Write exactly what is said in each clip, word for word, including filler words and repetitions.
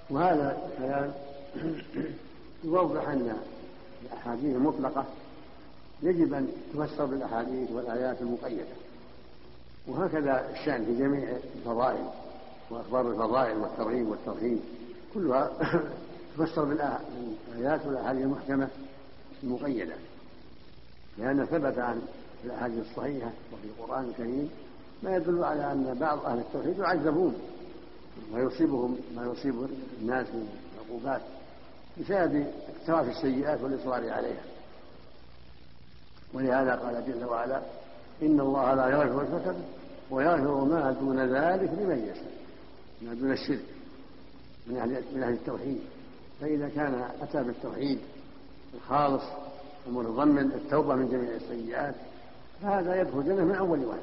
وهذا الكلام يوضح أن الأحاديث المطلقة يجب أن تفسر بالأحاديث والآيات المقيدة، وهكذا الشأن في جميع الفضائل وأخبار الفضائل والترغيب والترهيب كلها تفسر بالآيات والأحاديث المحكمة المقيدة، لأن ثبت عن الأحاديث الصحيحة وفي القرآن الكريم ما يدل على أن بعض أهل التوحيد يعذبون ويصيبهم ما يصيب الناس من العقوبات بسبب اقتراف السيئات والإصرار عليها. ولهذا قال جل وعلا: إن الله لا يغفر الشرك ويغفر ما دون ذلك لمن يشاء، ما دون الشرك من أهل التوحيد. فإذا كان أتى بالتوحيد الخالص ومتضمن التوبة من جميع السيئات فهذا يدخل الجنة من أول واحد.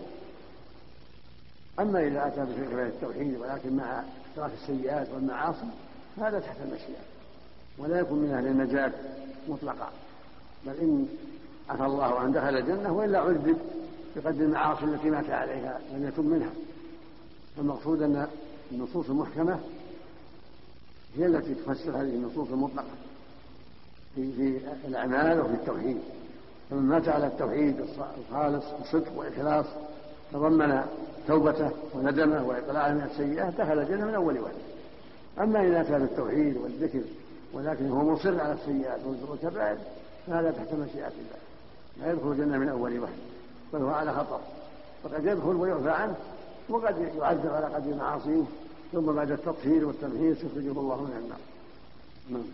أما إذا أتى بفكرة التوحيد ولكن مع اقتراف السيئات والمعاصي فهذا تحت المشيئة ولا يكون من أهل النجاة مطلقا، بل إن عفى الله عن دخل الجنة وإلا عذب بقدر المعاصي التي مات عليها لم يتم منها. فالمقصود أن النصوص المحكمة هي التي تفسر هذه النصوص المطلقة في, في الأعمال وفي التوحيد. فمن مات على التوحيد الخالص بصدق وإخلاص تضمن توبته وندمه وإقلاعه من السيئات دخل الجنة من أول واحد. أما إذا كان التوحيد والذكر ولكن هو مصر على السيئات والكبائر فهذا تحت مشيئة الله، لا يدخل الجنة من أول واحد، بل هو على خطر، فقد يدخل ويعفى عنه وقد يعذب على قدر معاصيه ثم بعد التطهير والتمحيص يخرجه الله من النار. نعم.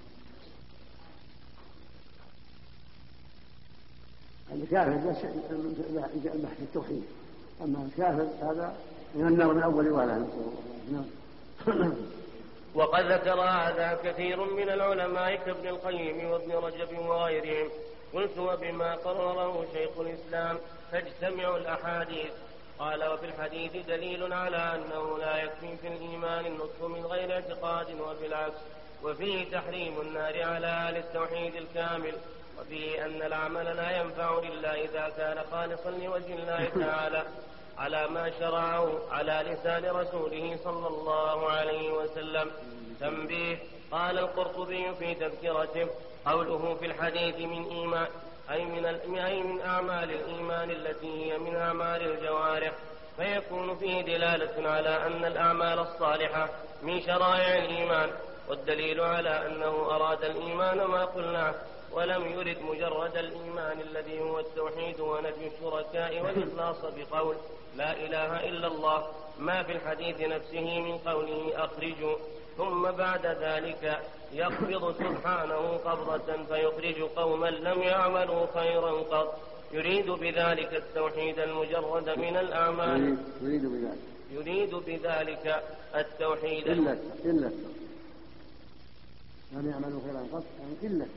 الكافر لا في التوحيد، أما الكافر هذا من النار من أول واحد. نعم. وقد ذكر هذا كثير من العلماء كابن القيم وابن رجب وغيرهم. قلت: وبما قرره شيخ الإسلام تجتمع الأحاديث؟ قال: وفي الحديث دليل على أنه لا يكفي في الإيمان النطق من غير اعتقاد، وبالعكس، وفيه تحريم النار على أهل التوحيد الكامل، وفيه أن العمل لا ينفع إلا إذا كان خالصا لوجه الله تعالى على ما شرعه على لسان رسوله صلى الله عليه وسلم. تنبيه: قال القرطبي في تذكرته: قوله في الحديث من إيمان أي من, أي من أعمال الإيمان التي هي من أعمال الجوارح، فيكون فيه دلالة على أن الأعمال الصالحة من شرائع الإيمان، والدليل على أنه أراد الإيمان ما قلناه ولم يرد مجرد الإيمان الذي هو التوحيد ونفي الشركاء والإخلاص بقول لا إله إلا الله ما في الحديث نفسه من قوله أخرجوا، ثم بعد ذلك يقبض سبحانه قبضة فيخرج قوما لم يعملوا خيرا قط، يريد بذلك التوحيد المجرد من الأعمال، يريد بذلك يريد بذلك التوحيد إلا إلا لم يعملوا خيرا قط إلا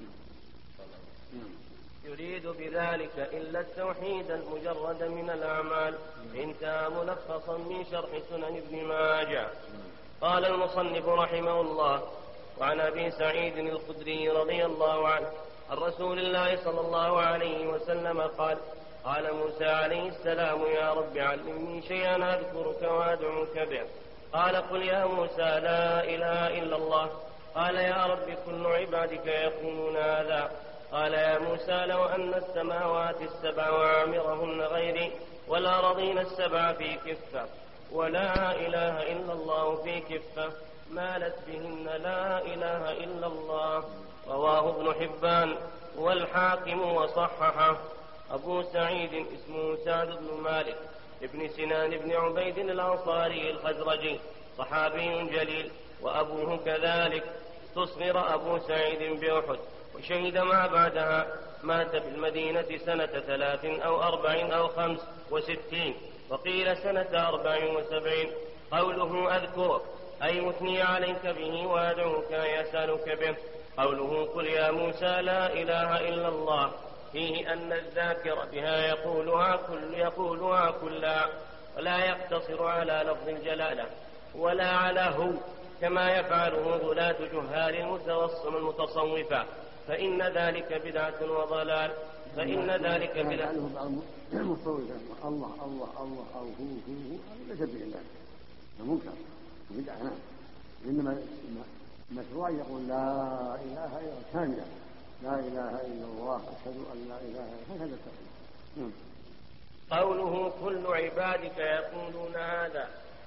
يريد بذلك إلا التوحيد المجرد من الأعمال. انتهى ملخصا من شرح سنن ابن ماجه. قال المصنف رحمه الله: وعن أبي سعيد الخدري رضي الله عنه عن رسول الله صلى الله عليه وسلم قال: قال موسى عليه السلام: يا رب علمني شيئا أذكرك وأدعوك به. قال: قل يا موسى لا إله إلا الله. قال: يا رب كل عبادك يقولون هذا. قال: يا موسى لو أن السماوات السبع وعامرهن غيري والأرضين السبع في كفة ولا إله إلا الله في كفة مالت بهن لا إله إلا الله. رواه ابن حبان والحاكم وصححه. أبو سعيد اسمه سعد بن مالك ابن سنان بن عبيد الأنصاري الخزرجي، صحابي جليل، وأبوه كذلك. استصغر أبو سعيد بأحد وشهد ما بعدها. مات في المدينة سنة ثلاث أو أربع أو خمس وستين، وقيل سنة أربع وسبعين. قوله أذكرك أي أثني عليك به وأدعوك يسألك به. قوله قل يا موسى لا إله إلا الله فيه أن الذاكر بها يقولها كل يقولها كلها، ولا يقتصر على لفظ الجلالة ولا على هو كما يفعله غلاة جهال المتوصم المتصوفة، فإن ذلك بدعة وضلال. فإن ذلك بدعة المتصوفة الله الله الله أو هو هو هذا ليس بالله، منكر بدعة. إنما المشروع يقول لا إله إلا الله كاملة، لا إله إلا الله أشهد أن لا إله إلا الله، هذا التوحيد. قوله كل عبادك يقولون هذا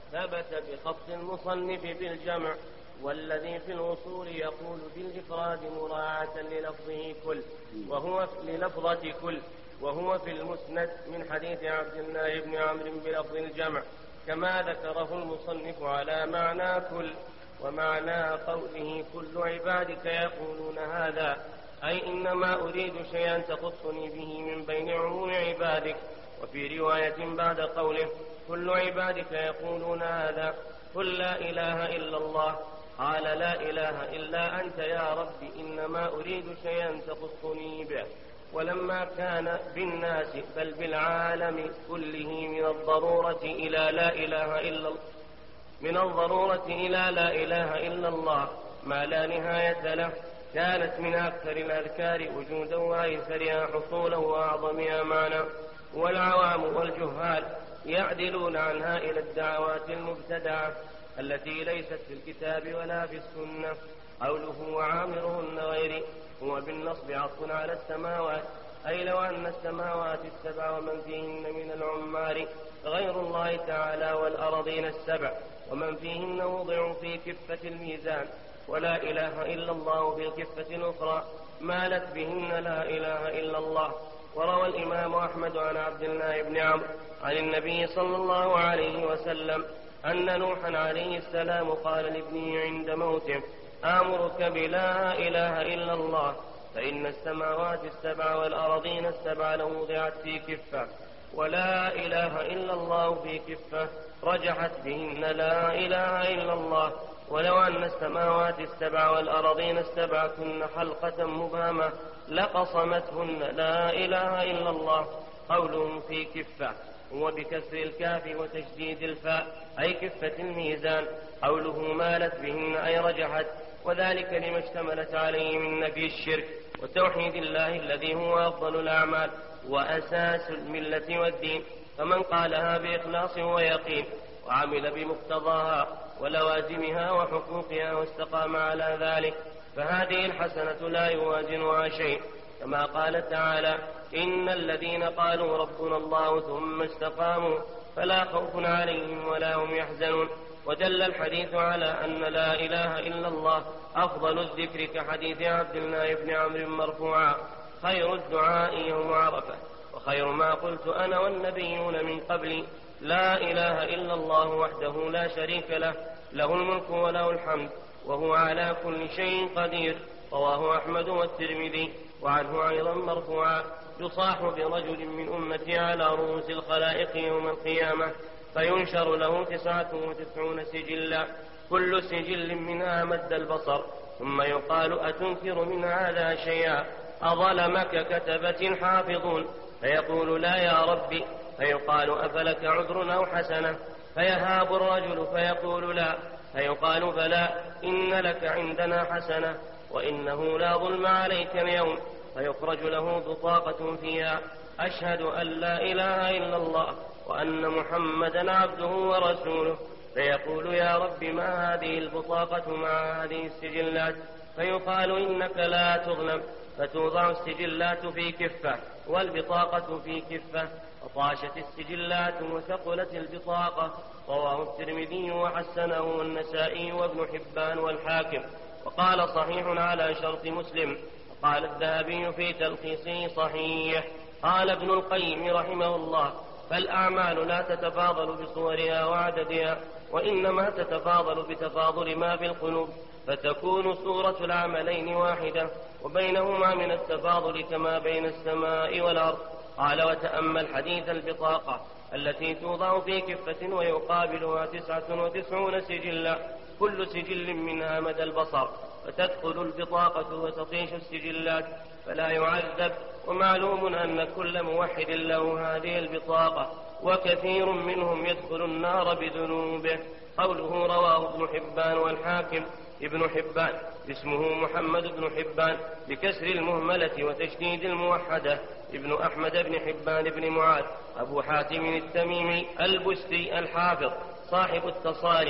ثبت بخط المصنف بالجمع، والذي في الوصول يقول بالإفراد مراعاة للفظه كل وهو للفظة كل وهو في المسند من حديث عبد الله بن عمرو بلفظ الجمع كما ذكره المصنف على معنى كل. ومعنى قوله كل عبادك يقولون هذا أي إنما أريد شيئا تخصني به من بين عموم عبادك. وفي رواية بعد قوله كل عبادك يقولون هذا قل لا إله إلا الله قال لا إله إلا أنت يا رب إنما أريد شيئا تخصني به. ولما كان بالناس بل بالعالم كله من الضرورة إلى لا إله إلا الله من الضرورة إلى لا إله إلا الله ما لا نهاية له، كانت من أكثر الأذكار وجودا وأيسرها حصولا وأعظمها معنى. والعوام والجهال يعدلون عنها إلى الدعوات المبتدعة التي ليست في الكتاب ولا في السنة. قوله وعامرهن غيري هو بالنصب عطف على السماوات، أي لو أن السماوات السبع ومن فيهن من العمار غير الله تعالى والأرضين السبع ومن فيهن وضعوا في كفة الميزان ولا إله إلا الله في الكفة الأخرى مالت بهن لا إله إلا الله. وروى الإمام أحمد عن عبد الله بن عمرو عن النبي صلى الله عليه وسلم أن نوحا عليه السلام قال لابنه عند موته آمرك بلا إله إلا الله فإن السماوات السبع والأرضين السبع لوضعت في كفة ولا إله إلا الله في كفة رجحت بهن لا إله إلا الله. ولو أن السماوات السبع والأرضين السبع كن حلقة مبهمة لقصمتهن لا إله إلا الله. قوله في كفة هو بكسر الكاف وتشديد الفاء أي كفة الميزان. قوله مالت بهن أي رجحت، وذلك لما اشتملت عليه من نفي الشرك وتوحيد الله الذي هو أفضل الأعمال وأساس الملة والدين. فمن قالها بإخلاص ويقين وعمل بمقتضاها ولوازمها وحقوقها واستقام على ذلك فهذه الحسنة لا يوازنها شيء، كما قال تعالى إن الذين قالوا ربنا الله ثم استقاموا فلا خوف عليهم ولا هم يحزنون. ودل الحديث على أن لا إله إلا الله أفضل الذكر كحديث عبد الله بن عمرو مرفوعا خير الدعاء يوم عرفة وخير ما قلت أنا والنبيون من قبلي لا إله إلا الله وحده لا شريك له له الملك وله الحمد وهو على كل شيء قدير. رواه أحمد والترمذي. وعنه أيضا مرفوعا يصاح برجل من أمتي على رؤوس الخلائق يوم القيامة فينشر له تسعة وتسعون سجلا كل سجل منها مد البصر ثم يقال أتنكر من هذا شيئا أظلمك كتبة حافظون فيقول لا يا ربي فيقال أفلك عذر أو حسنة فيهاب الرجل فيقول لا فيقال بلى إن لك عندنا حسنة وإنه لا ظلم عليك اليوم فيخرج له بطاقة فيها أشهد أن لا إله إلا الله وأن محمدا عبده ورسوله فيقول يا رب ما هذه البطاقة مع هذه السجلات فيقال إنك لا تظلم فتوضع السجلات في كفة والبطاقة في كفة وطاشت السجلات وثقلت البطاقة. رواه الترمذي وحسنه النسائي وابن حبان والحاكم وقال صحيح على شرط مسلم. قال الذهبي في تلخيصه صحيح. قال ابن القيم رحمه الله فالأعمال لا تتفاضل بصورها وعددها وإنما تتفاضل بتفاضل ما في القلوب فتكون صورة العملين واحدة وبينهما من التفاضل كما بين السماء والأرض. قال وتأمل حديث البطاقة التي توضع في كفة ويقابلها تسعة وتسعون سجلا كل سجل منها مدى البصر فتدخل البطاقة وتطيش السجلات فلا يعذب. ومعلوم أن كل موحد له هذه البطاقة وكثير منهم يدخل النار بذنوبه. قوله رواه ابن حبان والحاكم ابن حبان اسمه محمد بن حبان بكسر المهملة وتشديد الموحدة ابن أحمد بن حبان بن معاذ أبو حاتم التميمي البستي الحافظ صاحب التصاريف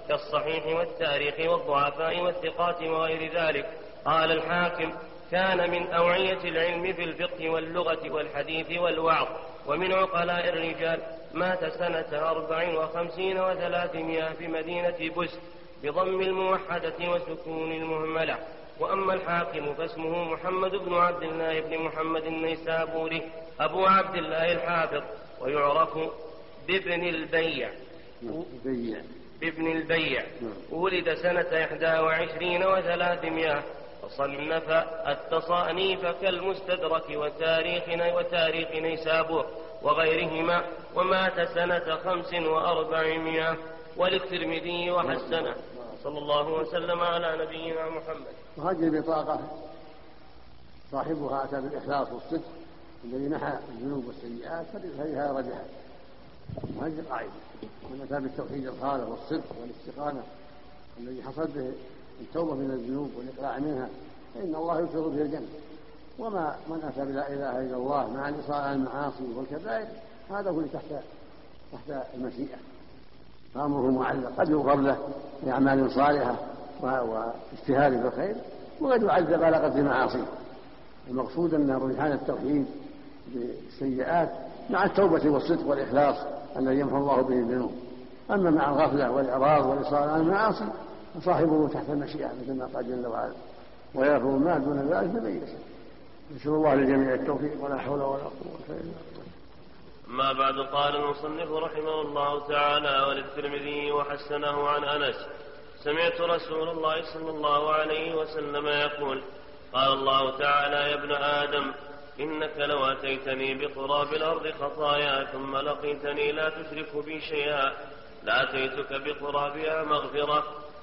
كالصحيح والتاريخ والضعفاء والثقات وغير ذلك. قال الحاكم: كان من أوعية العلم في الفقه واللغة والحديث والوعظ، ومن عقلاء الرجال. مات سنة أربع وخمسين وثلاثمائة في مدينة بست بضم الموحدة وسكون المهملة. وأما الحاكم فاسمه محمد بن عبد الله بن محمد النيسابوري أبو عبد الله الحافظ، ويعرف بابن البيع بابن البيع ولد سنة إحدى وعشرين وثلاثمائة، وصنف التصانيف كالمستدرك وتاريخ وتاريخ نيسابور وغيرهما. ومات سنة خمس وأربعمائة. وللترمذي وحسنه. صلى الله وسلم على نبينا محمد. وهذه البطاقة صاحبها أتى بالإخلاص والصدق الذي محى الذنوب والسيئات فلها رجحت. وهذه القاعدة: من أتى بالتوحيد الخالص والصدق والاستقامة الذي حصل به التوبة من الذنوب والإقلاع منها فإن الله يدخله به الجنة. وما من أتى بلا إله إلا الله مع الإصرار على المعاصي والكبائر هذا هو تحت تحت المشيئة، فأمره معلق. قد يغفر له بأعمال صالحة واجتهاد في الخير، وقد يعذب على قدر معاصيه. المقصود أن رجحان التوحيد بالسيئات مع التوبة والصدق والإخلاص الذي يمحو الله به الذنوب. أما مع الغفلة والإعراض والإصرار على المعاصي فصاحبه تحت المشيئة مثل ما قال جل وعلا: ويغفر ما دون ذلك لمن يشاء. نسأل الله للجميع التوفيق ولا حول ولا قوة إلا بالله. ما بعد. قال المصنف رحمه الله تعالى: وللترمذي وحسنه عن أنس: سمعت رسول الله صلى الله عليه وسلم يقول: قال الله تعالى: يا ابن آدم إنك لو أتيتني بقراب الأرض خطايا ثم لقيتني لا تشرك بي شيئا لأتيتك بقرابها مغفرة.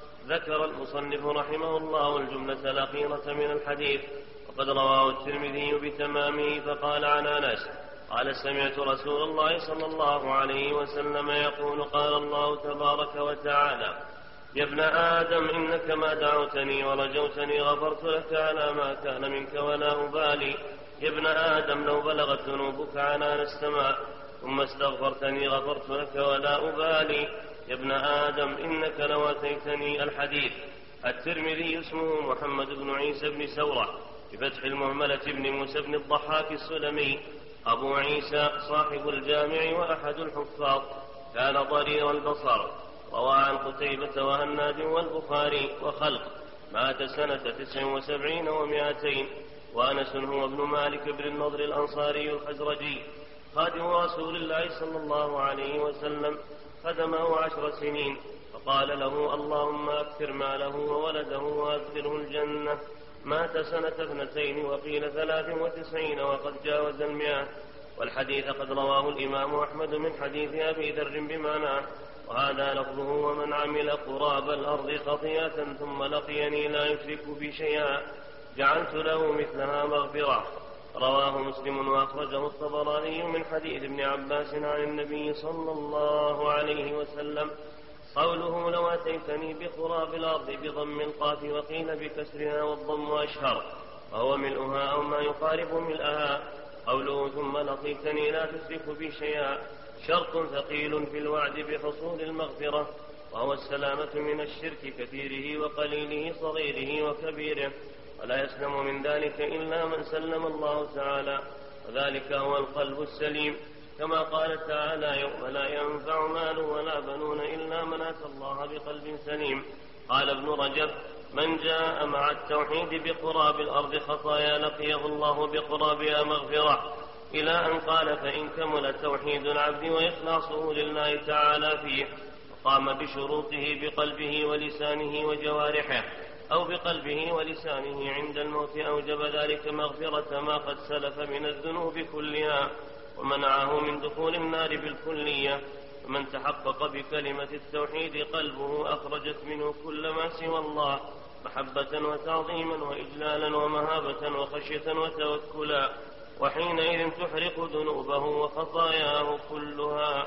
ذكر المصنف رحمه الله الجملة الأخيرة من الحديث، وقد رواه الترمذي بتمامه. فقال عن أنس قال: سمعت رسول الله صلى الله عليه وسلم يقول: قال الله تبارك وتعالى: يا ابن آدم إنك ما دعوتني ورجوتني غفرت لك على ما كان منك ولا أبالي. يا ابن آدم لو بلغت ذنوبك عنان السماء ثم استغفرتني غفرت لك ولا أبالي. يا ابن آدم إنك لو أتيتني. الحديث. الترمذي اسمه محمد بن عيسى بن سورة بفتح المهملة بن موسى بن الضحاك السلمي أبو عيسى صاحب الجامع وأحد الحفاظ، كان ضرير البصر، روى عن قتيبة وهناد والبخاري وخلق. مات سنة تسع وسبعين ومائتين. وأنس هو ابن مالك بن النضر الأنصاري الخزرجي خادم رسول الله صلى الله عليه وسلم، خدمه عشر سنين، فقال له: اللهم أكثر ماله وولده وأدخله الجنة. مات سنة اثنتين وقيل ثلاث وتسعين وقد جاوز المئة. والحديث قد رواه الإمام أحمد من حديث أبي ذر بمعناه، وهذا لفظه: ومن عمل قراب الأرض خطيئة ثم لقيني لا يشرك بي شيئا جعلت له مثلها مغفرة. رواه مسلم وأخرجه الطبراني من حديث ابن عباس عن النبي صلى الله عليه وسلم. قوله: لو أتيتني بقراب الأرض بضم القاف وقيل بكسرها والضم أشهر، وهو ملؤها أو ما يقارب ملئها. قوله: ثم لقيتني لا تشرك بي شيئا، شرط ثقيل في الوعد بحصول المغفرة، وهو السلامة من الشرك كثيره وقليله صغيره وكبيره، ولا يسلم من ذلك إلا من سلم الله تعالى، وذلك هو القلب السليم، كما قال تعالى: يوم لا ينفع مال ولا بنون إلا من أتى الله بقلب سليم. قال ابن رجب: من جاء مع التوحيد بقراب الأرض خطايا لقيه الله بقرابها مغفرة، إلى أن قال: فإن كمل توحيد العبد وإخلاصه لله تعالى فيه وقام بشروطه بقلبه ولسانه وجوارحه، أو بقلبه ولسانه عند الموت، أوجب ذلك مغفرة ما قد سلف من الذنوب كلها، ومنعه من دخول النار بالكلية. ومن تحقق بكلمة التوحيد قلبه أخرجت منه كل ما سوى الله محبة وتعظيما وإجلالا ومهابة وخشية وتوكلا، وحينئذ تحرق ذنوبه وخطاياه كلها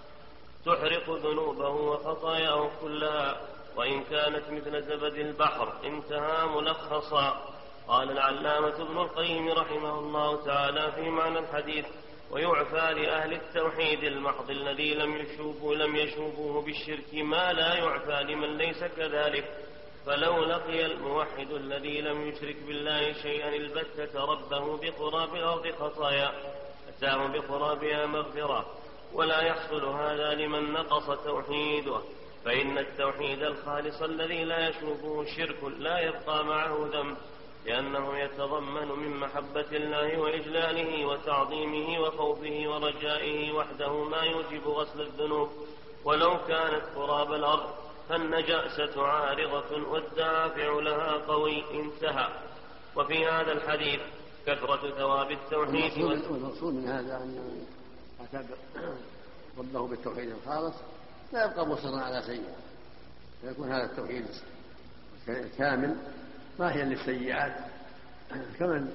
تحرق ذنوبه وخطاياه كلها وإن كانت مثل زبد البحر. انتهى ملخصا. قال العلامة ابن القيم رحمه الله تعالى في معنى الحديث: ويعفى لأهل التوحيد المحض الذي لم يشوبوا لم يشوبوه بالشرك ما لا يعفى لمن ليس كذلك. فلو لقي الموحد الذي لم يشرك بالله شيئا البتة ربه بقراب الأرض خطايا أتاه بقرابها مغفرة، ولا يحصل هذا لمن نقص توحيده، فإن التوحيد الخالص الذي لا يشوبه شرك لا يبقى معه ذنب، لأنه يتضمن من محبة الله وإجلاله وتعظيمه وخوفه ورجائه وحده ما يوجب غسل الذنوب. ولو كانت قراب الأرض فالنجاسة عارضة والدافع لها قوي. انتهى. وفي هذا الحديث كثرة ثواب التوحيد. والمقصود من هذا أن أتى ربه بالتوحيد الخالص لا يبقى مصرا على سيئة، فيكون هذا التوحيد الكامل ما هي للسيئات، كمن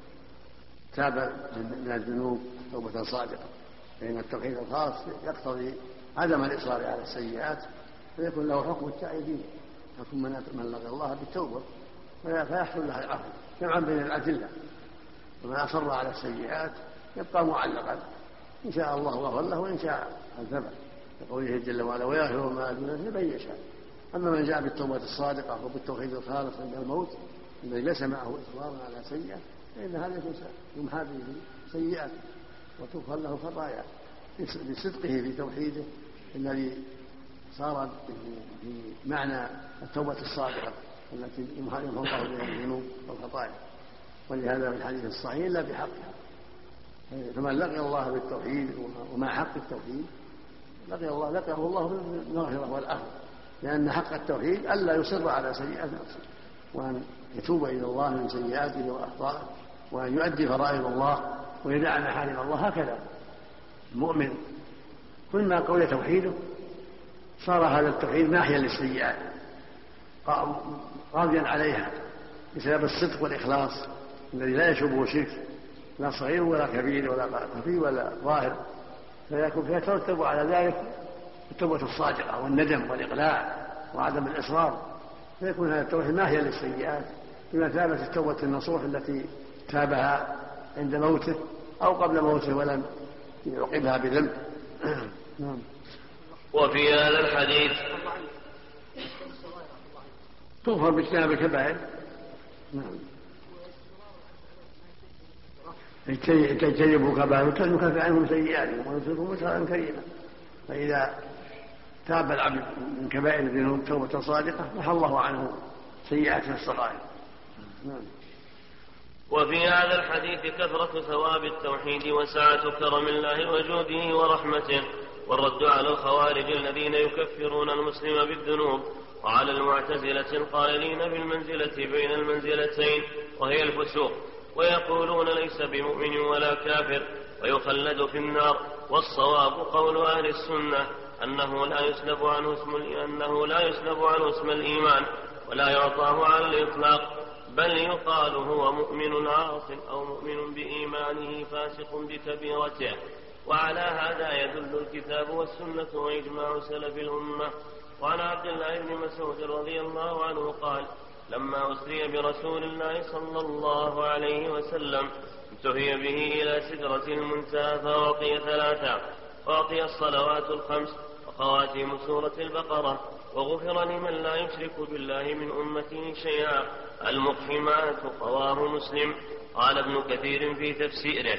تاب من الذنوب توبة صادقة، فإن التوحيد الخاص يقتضي عدم الإصرار على السيئات، فيكون له حكم التائبين، حكم من لقى الله بالتوبة فيحصل له العفو جمعا بين الأدلة. ومن أصر على السيئات يبقى معلقا، إن شاء الله غفر له وإن شاء عذبه، كقوله جل وعلا ويغفر ما دون ذلك لمن يشاء. أما من جاء بالتوبة الصادقة وبالتوحيد الخالص عند الموت الذي ليس معه إصرار على سيئة فإن هذا يمحى به سيئات وتغفر له خطاياه بصدقه في توحيده الذي صار بمعنى التوبة الصادقة التي يمحى الله بها الذنوب والخطايا. ولهذا في الحديث الصحيح لا بحقها، فمن لقي الله بالتوحيد ومع حق التوحيد لقي الله لقيه الله بالمغفرة والأخذ، لأن حق التوحيد ألا يصر على سيئات نفسه، وأن يتوب إلى الله من سيئاته وأخطائه، وأن يؤدي فرائض الله ويدع محارم الله. هكذا المؤمن كل ما قوي توحيده صار هذا التوحيد ناحية للسيئات راضيا عليها بسبب الصدق والإخلاص الذي لا يشوبه شرك لا صغير ولا كبير ولا خفي ولا ظاهر، فيكون فيترتب على ذلك التوبة الصادقة والندم والإقلاع وعدم الإصرار، فيكون هذا التوحيد ناهيا للسيئات بمثابة التوبة النصوح التي تابها عند موته أو قبل موته ولم يعقبها بذنب. وفي هذا الحديث تغفر باجتناب الكبائر. نعم. تجتنبوا كبائر نكفر عنهم سيئاتهم وندخلهم مدخلا كريما. فإذا تاب العبد من كبائر الذنوب توبة صادقة محى الله عنه سيئات الصغائر. نعم. وفي هذا الحديث كثرة ثواب التوحيد وسعة كرم الله وجوده ورحمته، والرد على الخوارج الذين يكفرون المسلم بالذنوب، وعلى المعتزلة القائلين بالمنزلة بين المنزلتين وهي الفسوق، ويقولون ليس بمؤمن ولا كافر ويخلد في النار. والصواب قول أهل السنة أنه لا يسلب عنه اسم أنه لا يسلب عنه اسم الإيمان ولا يعطاه على الإطلاق، بل يقال هو مؤمن عاص أو مؤمن بإيمانه فاسق بكبيرته. وعلى هذا يدل الكتاب والسنة وإجماع سلف الأمة. وعن عبد الله بن مسعود رضي الله عنه قال لما أسري برسول الله صلى الله عليه وسلم انتهي به إلى سدرة المنتهى فأعطي ثلاثة، أعطي الصلوات الخمس وخواتيم سورة البقرة، وغفر لمن لا يشرك بالله من أمته شيئا المقحمات. رواه مسلم. قال ابن كثير في تفسيره.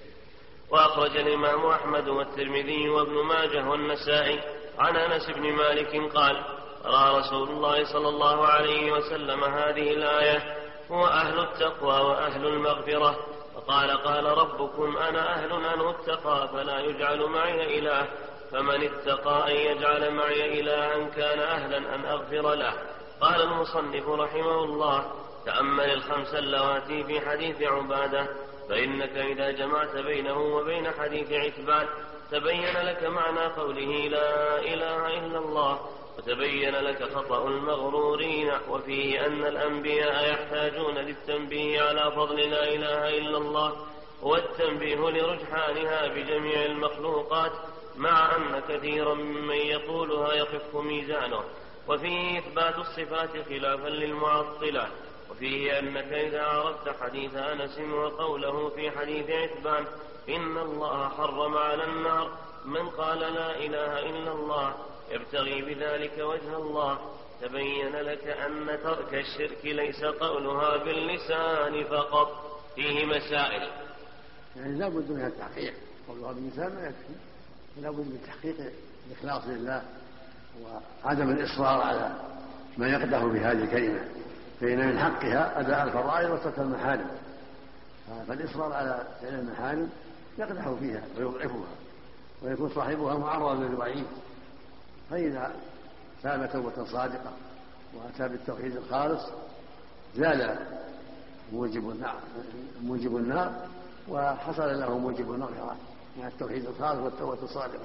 وأخرج الإمام أحمد والترمذي وابن ماجه والنسائي عن أنس بن مالك قال قرأ رسول الله صلى الله عليه وسلم هذه الآية هو أهل التقوى وأهل المغفرة، فقال قال ربكم أنا أهل أن أتقى فلا يجعل معي إله، فمن اتقى أن يجعل معي إلها كان أهلا أن أغفر له. قال المصنف رحمه الله تأمل الخمس اللواتي في حديث عبادة، فإنك إذا جمعت بينه وبين حديث عتبان تبين لك معنى قوله لا إله إلا الله، وتبين لك خطأ المغرورين، وفيه أن الأنبياء يحتاجون للتنبيه على فضل لا إله إلا الله والتنبيه لرجحانها بجميع المخلوقات، مع أن كثيرا ممن يقولها يخف ميزانه. وفيه إثبات الصفات خلافا للمعطلة. وفيه أنك إذا عرفت حديث أنس وقوله في حديث عتبان إن الله حرم على النار من قال لا إله إلا الله يبتغي بذلك وجه الله، تبين لك أن ترك الشرك ليس قولها باللسان فقط. فيه مسائل. يعني لا بد من التحقيق، قولها باللسان ما يكفي، لا بد من تحقيق الإخلاص لله وعدم الإصرار على ما يقدح بهذه الكلمة، فإن من حقها أداء الفرائض وترك المحارم، فالإصرار على فعل المحارم يقدح فيها ويضعفها ويكون صاحبها معرضا للوعيد. فإذا تاب توبة صادقة وأتى بالتوحيد الخالص زال موجب النار موجب النار وحصل له موجب المغفرة مع التوحيد الخالص والتوبة الصادقة.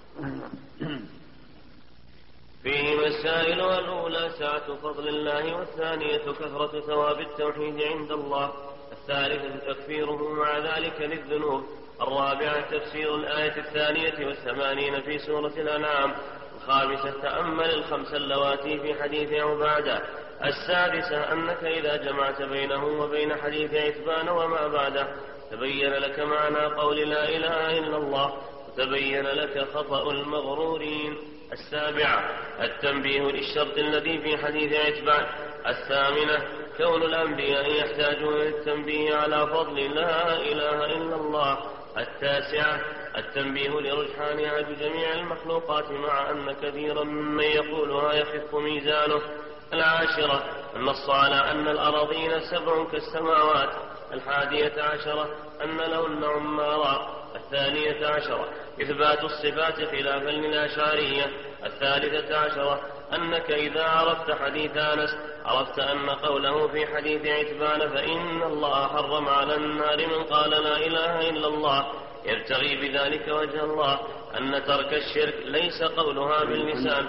فيه مسائل. الأولى سعة فضل الله، والثانية كثرة ثواب التوحيد عند الله، الثالثة تكفيره مع ذلك للذنوب، الرابعة تفسير الآية الثانية والثمانين في سورة الأنعام، الخامسة تأمل الخمس اللواتي في حديث عبادة، السادسة أنك إذا جمعت بينه وبين حديث عتبان وما بعده تبين لك معنى قول لا إله إلا الله وتبين لك خطأ المغرورين. السابعة التنبيه للشرط الذي في حديث عتبان. الثامنة كون الأنبياء يحتاجون للتنبيه على فضل لا إله إلا الله. التاسعة التنبيه لرجحانها بجميع المخلوقات مع أن كثيرا ممن يقولها يخف ميزانه. العاشرة النص على أن الأراضين سبع كالسماوات. الحادية عشرة أن لهن عمارا. الثانية عشرة إثبات الصفات خلافا للأشعرية. الثالثة عشرة أنك إذا عرفت حديث أنس عرفت أن قوله في حديث عتبان فإن الله حرم على النار من قال لا إله إلا الله يبتغي بذلك وجه الله أن ترك الشرك ليس قولها باللسان.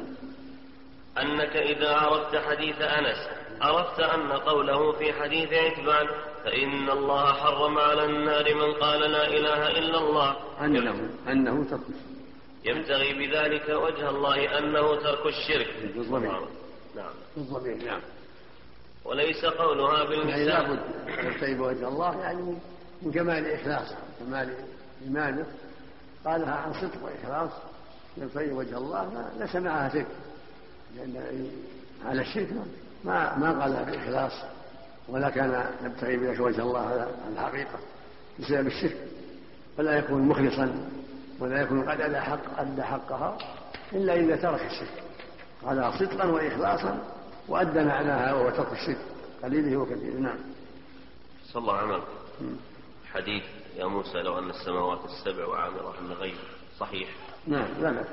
أنك إذا عرفت حديث أنس عرفت أن قوله في حديث عتبان فإن الله حرم على النار من قال لا إله إلا الله أنه, أنه ترك الشرك يبتغي بذلك وجه الله أنه ترك الشرك. نعم بالضبط. نعم. وليس قولها باللسان. يعني لابد يبتغي بوجه الله يعني من كمال إخلاصه كمال إيمانه، قالها عن صدق وإخلاص يبتغي وجه الله ليس معها شرك، لأن على الشرك ما ما قالها بإخلاص ولا كان يبتغي بذلك وجه الله على الحقيقة بسبب الشرك، فلا يكون مخلصا ولا يكون قد أدى حق أدى حقها إلا إذا ترك الشرك، قالها صدقا وإخلاصا وأدى معناها وهو ترك الشرك قليله وكثيره. نعم. صلى الله عليه وسلم. حديث يا موسى لو أن السماوات السبع وعامرة أن غير صحيح. نعم لا بأس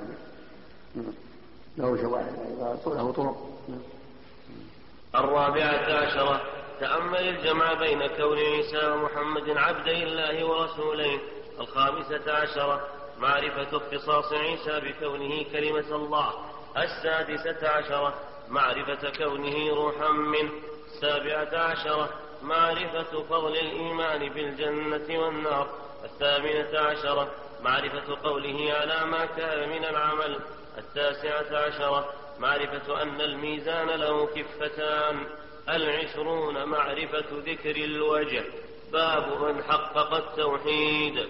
له شواهد له طرق. الرابعة عشرة تأمل الجمع بين كون عيسى ومحمد عبدي الله ورسولين. الخامسة عشرة معرفة اختصاص عيسى بكونه كلمة الله. السادسة عشرة معرفة كونه روحا منه. السابعة عشرة معرفة فضل الإيمان بالجنة والنار. الثامنة عشرة معرفة قوله على ما كان من العمل. التاسعة عشرة معرفة أن الميزان له كفتان. العشرون معرفة ذكر الوجه. باب من حقق التوحيد.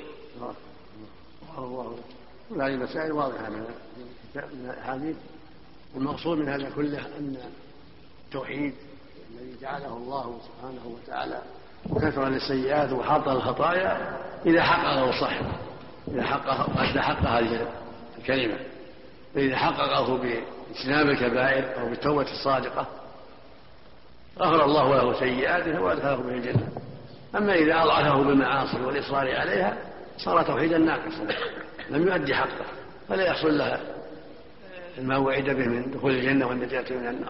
هذه المسائل واضحة من الحديث. المقصود من هذا كله أن التوحيد الذي جعله الله سبحانه وتعالى وكثر للسيئات وحاط الخطايا إذا حققه صح، إذا حقق أدى حق هذه الكلمة، فإذا حققه باجتناب الكبائر أو بالتوبة الصادقة غفر الله له سيئاته وأدخله به الجنة. أما إذا أضعفه بالمعاصي والإصرار عليها صار توحيدا ناقصا لم يؤدي حقه فلا يحصل لها ما وعد به من دخول الجنة والنجاة من النار.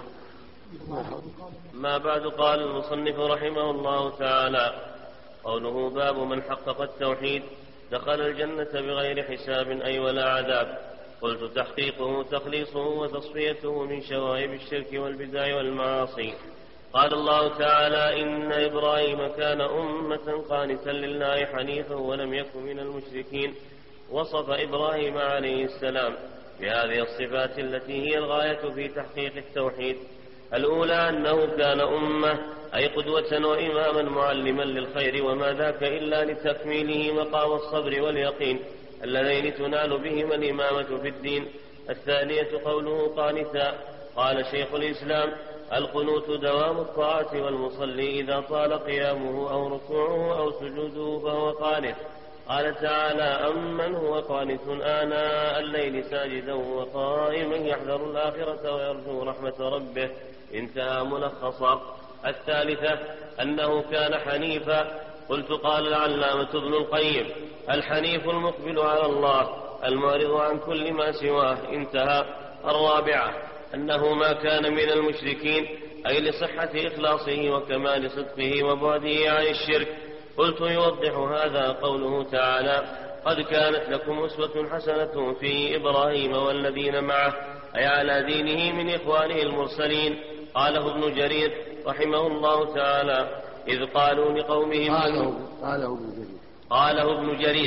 ما بعد. قال المصنف رحمه الله تعالى قوله باب من حقق التوحيد دخل الجنة بغير حساب أي ولا عذاب. قلت تحقيقه تخليصه وتصفيته من شوائب الشرك والبدع والمعاصي. قال الله تعالى إن إبراهيم كان أمة قانتا لله حنيفا ولم يكن من المشركين. وصف إبراهيم عليه السلام بهذه الصفات التي هي الغاية في تحقيق التوحيد. الأولى أنه كان أمة أي قدوة وإماما معلما للخير، وما ذاك إلا لتكميله مقام الصبر واليقين اللذين تنال بهما الإمامة في الدين. الثانية قوله قانتا. قال شيخ الإسلام: القنوت دوام الطاعة، والمصلي إذا طال قيامه أو ركوعه أو سجوده فهو قانت. قال تعالى: أمن هو قانت آناء الليل ساجدا وقائما يحذر الآخرة ويرجو رحمة ربه. انتهى ملخصا. الثالثة أنه كان حنيفا. قلت: قال العلامة ابن القيم: الحنيف المقبل على الله المعرض عن كل ما سواه. انتهى. الرابعة أنه ما كان من المشركين، أي لصحة إخلاصه وكمال صدقه وبعده عن الشرك. قلت: يوضح هذا قوله تعالى: قد كانت لكم أسوة حسنة في إبراهيم والذين معه، أي على دينه من إخوانه المرسلين. قاله ابن جرير رحمه الله تعالى: إذ قالوا لقومهم قاله قاله ابن جرير قاله ابن جرير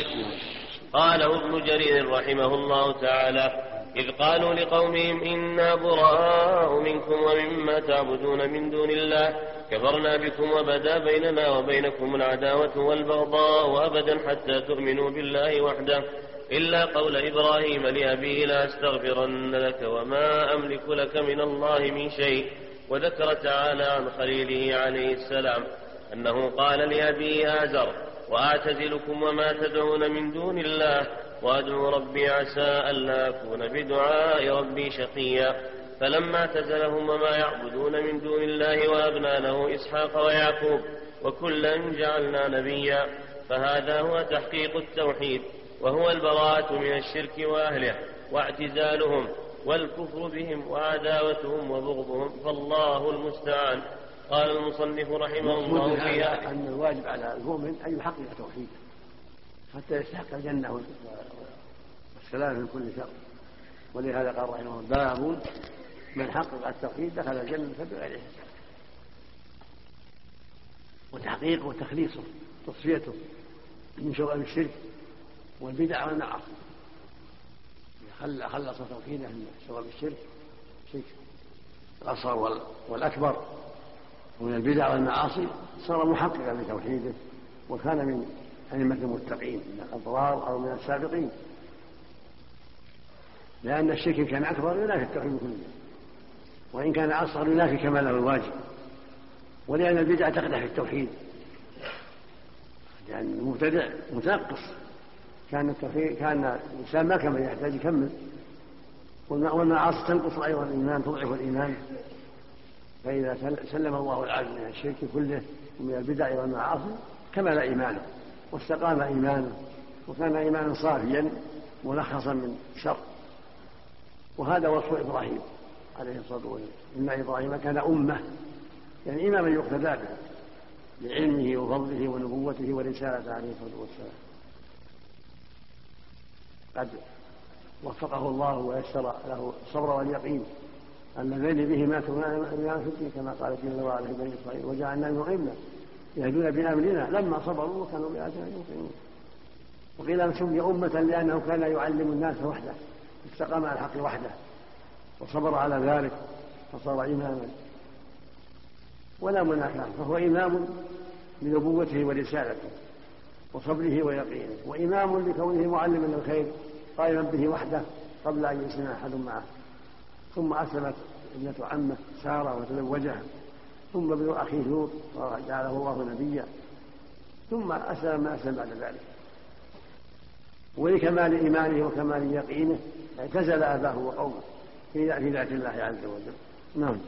قاله ابن جرير رحمه الله تعالى: إذ قالوا لقومهم إنا براء منكم ومما تعبدون من دون الله كفرنا بكم وبدا بيننا وبينكم العداوة والبغضاء أبدا حتى تؤمنوا بالله وحده إلا قول إبراهيم لأبيه لأستغفرن لك وما أملك لك من الله من شيء. وذكر تعالى عن خليله عليه السلام أنه قال لأبيه آزر: وأعتزلكم وما تدعون من دون الله وأدعو ربي عسى ألا أكون بدعاء ربي شقيا. فلما اعتزلهم وما يعبدون من دون الله وأبنى له إسحاق ويعقوب وكلا جعلنا نبيا. فهذا هو تحقيق التوحيد، وهو البراءة من الشرك وأهله واعتزالهم والكفر بهم وعداوتهم وبغضهم، فالله المستعان. قال المصنف رحمه الله فيها أن الواجب على المؤمن أن يحقق توحيده حتى يستحق الجنة والسلام من كل شر. ولهذا قال رحمه الله: باب من حقق التوحيد دخل الجنة بغير حساب. وتحقيقه وتخليصه تصفيته من شرب الشرك والبدع والمعاصي. خلص توحيده من شرب الشرك شرك الأصغر والأكبر ومن البدع والمعاصي، صار محققا لتوحيده وكان من أئمة المتقين من الأبرار أو من السابقين، لأن الشرك كان أكبر ينافي التوحيد كله، وإن كان أصغر ينافي كماله الواجب، ولأن البدع تقدح في التوحيد، يعني المبتدع متنقص. كان التوحيد كان الإنسان ما كمل يحتاج يكمل، والمعاصي تنقص أيضا الإيمان، تضعف الإيمان. فإذا سلم الله العبد من الشرك كله ومن البدع والمعاصي كمل إيمانه واستقام إيمانه وكان إيمانا صافيا ملخصا من شر. وهذا وصف إبراهيم عليه الصلاة والسلام: إن إبراهيم كان أمة، يعني إماما يقتدى به لعلمه وفضله ونبوته ورسالته عليه الصلاة والسلام. قد وفقه الله ويسر له الصبر واليقين اللذين بهما تغنى في الدين، كما قال جل وعلا في بني إسرائيل: وجعلنا منهم أئمة يهدون بأمرنا لما صبروا وكانوا بآياتنا يوقنون. وقيل سمي أمة لأنه كان يعلم الناس وحده، استقام على الحق وحده وصبر على ذلك فصار إماما ولا منافع، فهو إمام بنبوته ورسالته وصبره ويقينه، وإمام لكونه معلما للخير قائما به وحده قبل أن يسلم أحد معه. ثم أسلمت ابنة عمه سارة وتزوجها، ثم ابن أخيه لوط وجعله الله نبيا، ثم أسلم ما أسلم بعد ذلك. ولكمال إيمانه وكمال يقينه اعتزل أباه وقومه في ذات الله عز وجل. نعم.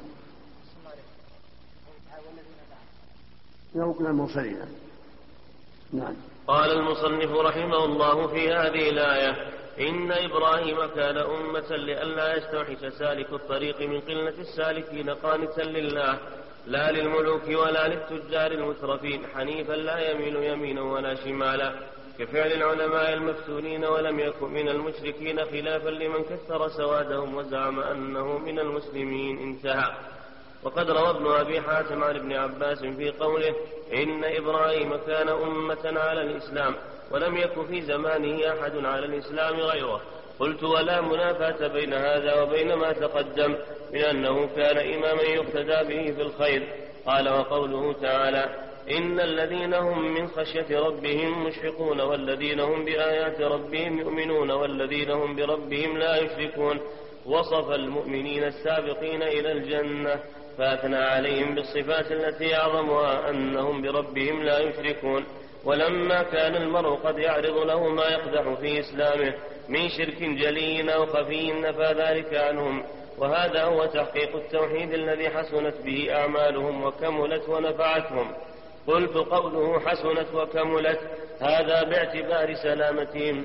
من المرسلين. نعم. قال المصنف رحمه الله في هذه الآية: إن إبراهيم كان أمة لئلا يستوحش سالك الطريق من قلة السالكين قانتا لله لا للملوك ولا للتجار المترفين، حنيفا لا يميل يمينا ولا شمالا كفعل العلماء المفتونين، ولم يكن من المشركين خلافا لمن كثر سوادهم وزعم أنه من المسلمين. انتهى. وقد روى ابن أبي حاتم عن ابن عباس في قوله: إن إبراهيم كان أمة على الإسلام ولم يكن في زمانه أحد على الإسلام غيره. قلت: ولا منافاة بين هذا وبين ما تقدم من أنه كان إماما يقتدى به في الخير. قال وقوله تعالى إن الذين هم من خشية ربهم مشفقون والذين هم بآيات ربهم يؤمنون والذين هم بربهم لا يشركون وصف المؤمنين السابقين إلى الجنة فأثنى عليهم بالصفات التي أعظمها أنهم بربهم لا يشركون. ولما كان المرء قد يعرض له ما يقدح في إسلامه من شرك جلي أو خفي نفى ذلك عنهم، وهذا هو تحقيق التوحيد الذي حسنت به أعمالهم وكملت ونفعتهم. قلت قوله حسنت وكملت هذا باعتبار سلامتهم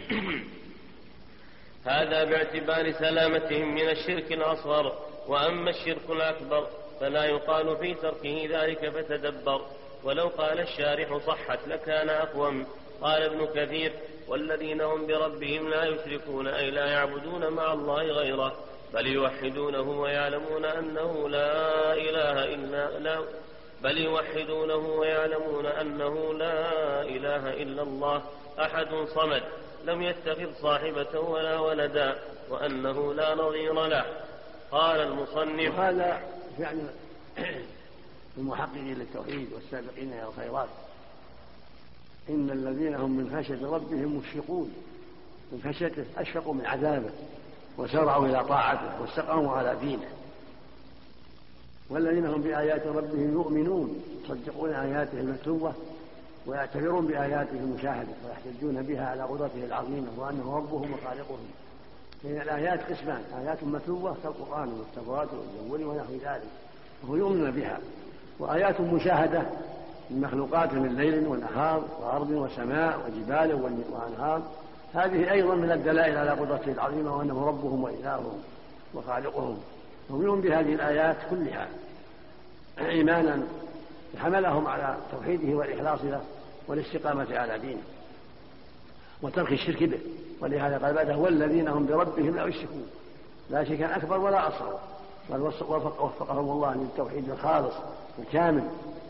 هذا باعتبار سلامتهم من الشرك الأصغر، وأما الشرك الأكبر فلا يقال في تركه ذلك فتدبر. ولو قال الشارح صحت لكان أقوم. قال ابن كثير والذين هم بربهم لا يشركون أي لا يعبدون مع الله غيره بل يوحدونه ويعلمون أنه لا إله إلا لا بل يوحدونه ويعلمون أنه لا إله إلا الله أحد صمد لم يتخذ صاحبة ولا ولدا وأنه لا نظير له. قال المصنف هذا يعني المحققين للتوحيد والسابقين إلى الخيرات إن الذين هم من خشية ربهم مشفقون، من خشيته أشفقوا من عذابه وسرعوا إلى طاعته واستقاموا على دينه. والذين هم بآيات ربهم يؤمنون يصدقون آياته المتلوة ويعتبرون بآياته المشاهدة ويحتجون بها على قدرته العظيمة وأنه ربهم وخالقهم. لأن الآيات قسمان: آيات متلوة كالقرآن والتوراة والزبور ونحو ذلك وهو يؤمن بها، وآيات مشاهدة من مخلوقات من ليل ونهار وأرض وسماء وجبال وأنهار، هذه أيضا من الدلائل على قدرته العظيمة وأنه ربهم وإلههم وخالقهم. هم يؤمن بهذه الآيات كلها إيمانا حملهم على توحيده والإخلاص له والاستقامة على دينه وترك الشرك به. ولهذا قال بعده والذين هم بربهم لا يشركون، لا شرك أكبر ولا أصغر، بل وفقهم الله للتوحيد الخالص الكامل.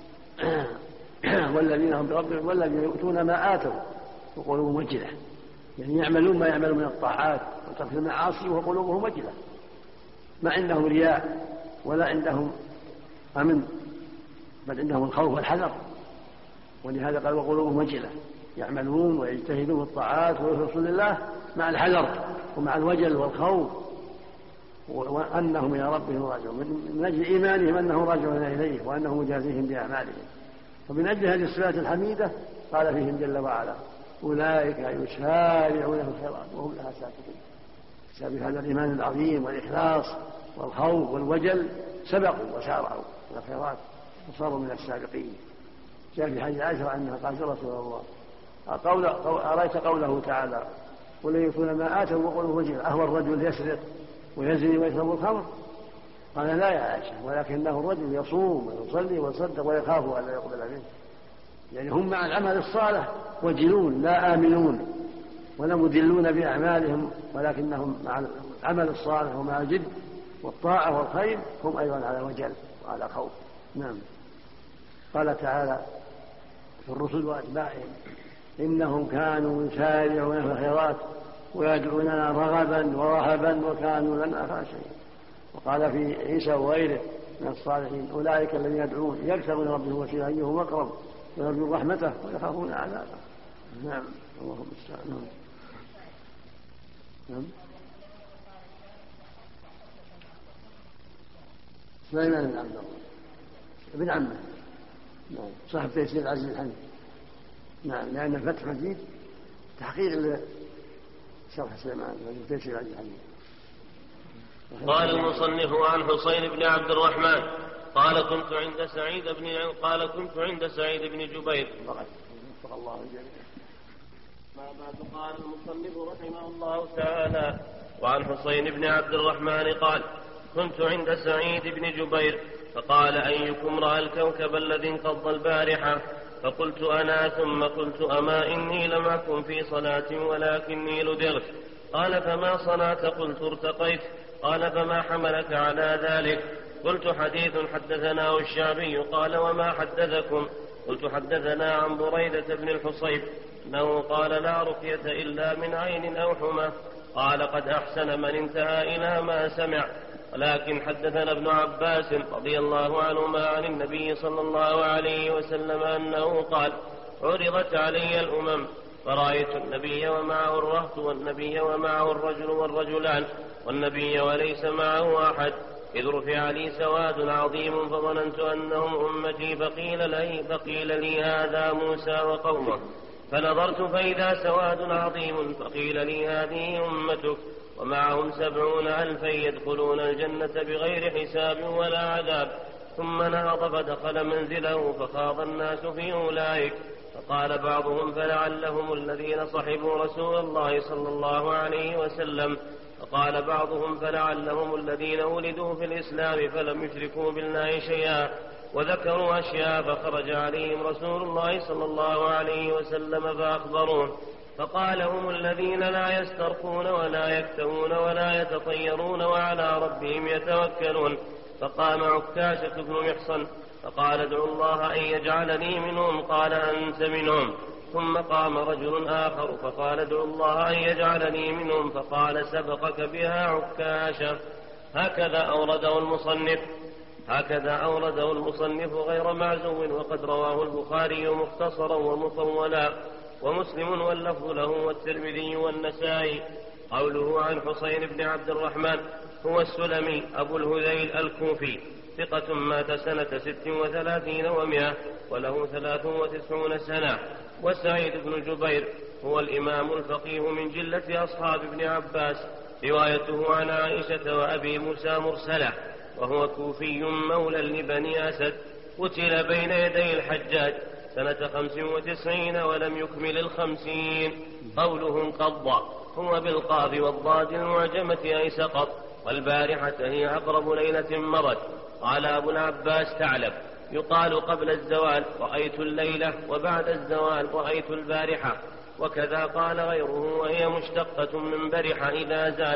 والذين هم بربهم والذين يؤتون ما آتوا وقلوبهم وجلة، يعني يعملون ما يعملون من الطاعات وترك المعاصي وقلوبهم وجلة، ما عندهم رياء ولا عندهم أمن، بل عندهم الخوف والحذر. ولهذا قال وقلوبهم وجلة، يعملون ويجتهدون في الطاعات ويخلصون لله مع الحذر ومع الوجل والخوف وأنهم إلى ربهم راجعون، من أجل إيمانهم أنهم راجعون إليه وأنه مجازيهم بأعمالهم. ومن أجل هذه الصفات الحميدة قال فيهم جل وعلا أولئك يسارعون في الخيرات وهم لها سابقون. بسبب هذا الإيمان العظيم والإخلاص والخوف والوجل سبقوا وسارعوا إلى الخيرات وصاروا من السابقين. جاء في حديث عائشة أنها قالت رسول الله قول أرأيت قوله تعالى قل يؤتون ما آتوا وقلوبهم وجلة، أهو الرجل يسرق ويزني ويشرب الخمر؟ قال لا يا عائشة، ولكنه الرجل يصوم ويصلي ويصدق ويخاف أن لا يقبل منه. يعني هم مع العمل الصالح وجلون لا آمنون ولا مدلون بأعمالهم، ولكنهم مع العمل الصالح ومع الجد والطاعة والخير هم أيضا على وجل وعلى خوف. نعم. قال تعالى في الرسل وأتباعهم إنهم كانوا يسارعون في الخيرات ويدعوننا رغبا ورهبا وكانوا لنا خاشعين. وقال في عيسى وغيره من الصالحين أولئك الذين يدعون يبتغون ربهم وسيلة أيهم أقرب ويرجون رحمته ويخافون عذابه. نعم. اللهم استعان. نعم. سليمان بن عبد الله ابن عمه، نعم، صاحب تيسير العزيز الحميد. نعم، لأن الفتح مجيد تحقيق لشرح سليمان من تيسير العزيز الحميد. قال المصنف عن حسين بن عبد الرحمن قال كنت عند سعيد بن قال كنت عند سعيد بن جبير. وفق الله الجميع. ما بعد. قال المصنف رحمه الله تعالى وعن حسين بن عبد الرحمن قال كنت عند سعيد بن جبير فقال أيكم رأى الكوكب الذي انقض البارحة؟ فقلت أنا، ثم قلت أما إني لم أكن في صلاة ولكني لدغت. قال فما صنعت؟ قلت ارتقيت. قال فما حملك على ذلك؟ قلت حديث حدثناه الشعبي. قال وما حدثكم؟ قلت حدثنا عن بريدة بن الحصيب أنه قال لا رقية إلا من عين أو حمى. قال قد أحسن من انتهى إلى ما سمع. ولكن حدثنا ابن عباس رضي الله عنهما عن النبي صلى الله عليه وسلم أنه قال: عرضت علي الأمم فرأيت النبي ومعه الرهط والنبي ومعه الرجل والرجلان والنبي وليس معه أحد، إذ رفع لي سواد عظيم فظننت أنهم أمتي، فقيل لي, فقيل لي هذا موسى وقومه، فنظرت فإذا سواد عظيم، فقيل لي هذه أمتك ومعهم سبعون ألفا يدخلون الجنة بغير حساب ولا عذاب. ثم نهض فدخل منزله فخاض الناس في أولئك، فقال بعضهم: فلعلهم الذين صحبوا رسول الله صلى الله عليه وسلم. فقال بعضهم: فلعلهم الذين ولدوا في الإسلام فلم يشركوا بالله شيئا. وذكروا أشياء، فخرج عليهم رسول الله صلى الله عليه وسلم فأخبروه، فقال: هم الذين لا يسترقون ولا يكتوون ولا يتطيرون وعلى ربهم يتوكلون. فقام عكاشة بن محصن فقال: ادعوا الله أن يجعلني منهم. قال: أنت منهم. ثم قام رجل آخر فقال: ادعوا الله أن يجعلني منهم. فقال: سبقك بها عكاشة. هكذا أورده المصنف هكذا أورده المصنف غير معزو، وقد رواه البخاري مختصرا ومطولا، ومسلم واللفظ له والترمذي والنسائي. قوله عن حسين بن عبد الرحمن هو السلمي أبو الهذيل الكوفي، ثقة مات سنة ست وثلاثين ومائة وله ثلاث وتسعون سنة. وسعيد بن جبير هو الإمام الفقيه من جلة أصحاب ابن عباس، روايته عن عائشة وأبي موسى مرسلة، وهو كوفي مولى لبني أسد، قتل بين يدي الحجاج سنة خمس وتسعين ولم يكمل الخمسين. قوله انقض هو بالقاف والضاد المعجمة أي سقط، والبارحة هي أقرب ليلة مرت. قال أبو العباس ثعلب: يقال قبل الزوال رأيت الليلة، وبعد الزوال رأيت البارحة، وكذا قال غيره، وهي مشتقة من برح إذا زال.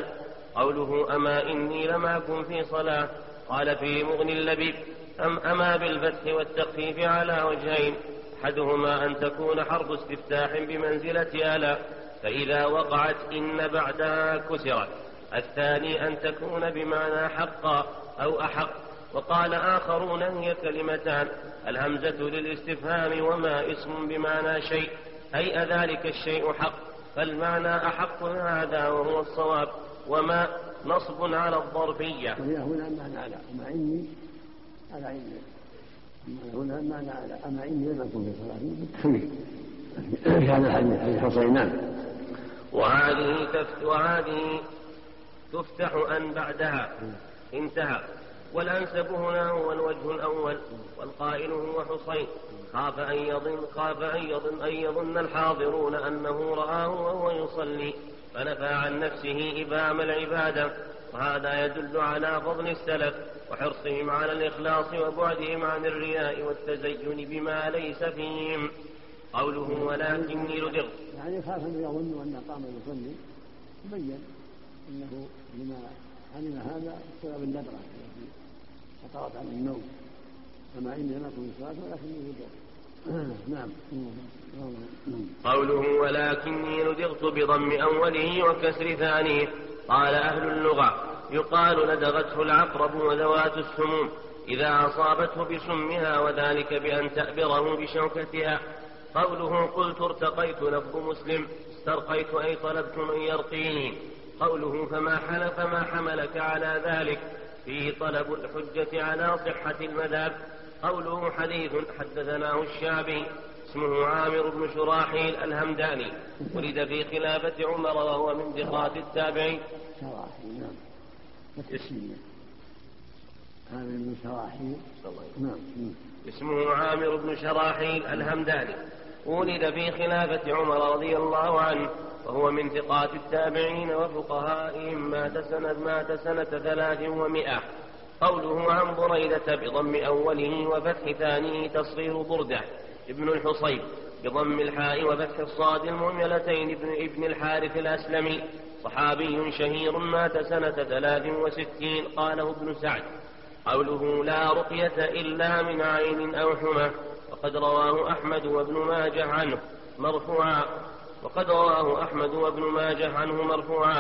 قوله أما إني لمعكم في صلاة، قال في مغني اللبيب: أم أما بالفتح والتخفيف على وجهين، أحدهما أن تكون حرف استفتاح بمنزلة ألا، فإذا وقعت إن بعدها كسرت. الثاني أن تكون بمعنى حقا أو أحق. وقال آخرون هي كلمتان، الهمزة للاستفهام وما اسم بمعنى شيء، أي أذلك الشيء حق، فالمعنى أحق هذا وهو الصواب، وما نصب على الظرفية. وهي هنا المعنى على أما إني على إني هنا المعنى على أما إني لم أكن في صلاة في هذا الحديث حديث حسينان. وهذه تفتح, وهذه تفتح أن بعدها انتهى. والأنسب هنا هو الوجه الأول، والقائل هو حسين، خاف أن يظن خاف أن يظن أن يظن الحاضرون أنه رآه وهو يصلي، فنفى عن نفسه إبام العبادة. وهذا يدل على فضل السلف وحرصهم على الإخلاص وبعدهم عن الرياء والتزين بما ليس فيهم. قوله ولكني لدغت، يعني خاف أن يظن أن قام يصلي، تبين أنه لما علم هذا بسبب الندرة التي سقطت عن النوم، أما إني لم أكن في الصلاة ولكني لدغت. نعم. قوله ولكني لدغت بضم أوله وكسر ثانيه. قال أهل اللغة: يقال لدغته العقرب وذوات السموم إذا أصابته بسمها، وذلك بأن تأبره بشوكتها. قوله قلت ارتقيت لفظ مسلم، استرقيت أي طلبت من يرقيني. قوله فما حل فما حملك على ذلك، فيه طلب الحجة على صحة المذهب. قوله حديث حدثناه الشعبي اسمه عامر بن شراحيل الهمداني، ولد في خلافة عمر وهو من ثقات التابعين. شراحيل نعم التسمية عامر بن شراحيل نعم اسمه عامر بن شراحيل الهمداني، ولد في خلافة عمر رضي الله عنه وهو من ثقات التابعين وفقهائهم، مات سنة مات سنة ثلاث ومائة. قوله عن بريدة بضم أوله وفتح ثانيه تصغير بردة ابن الحصيب، بضم الحاء وفتح الصاد المهملتين ابن, ابن الحارث الأسلمي، صحابي شهير مات سنة ثلاث وستين. قاله ابن سعد. قوله لا رقية إلا من عين أو حمى، وقد رواه أحمد وابن ماجه عنه مرفوعا وقد رواه أحمد وابن ماجه عنه مرفوعا.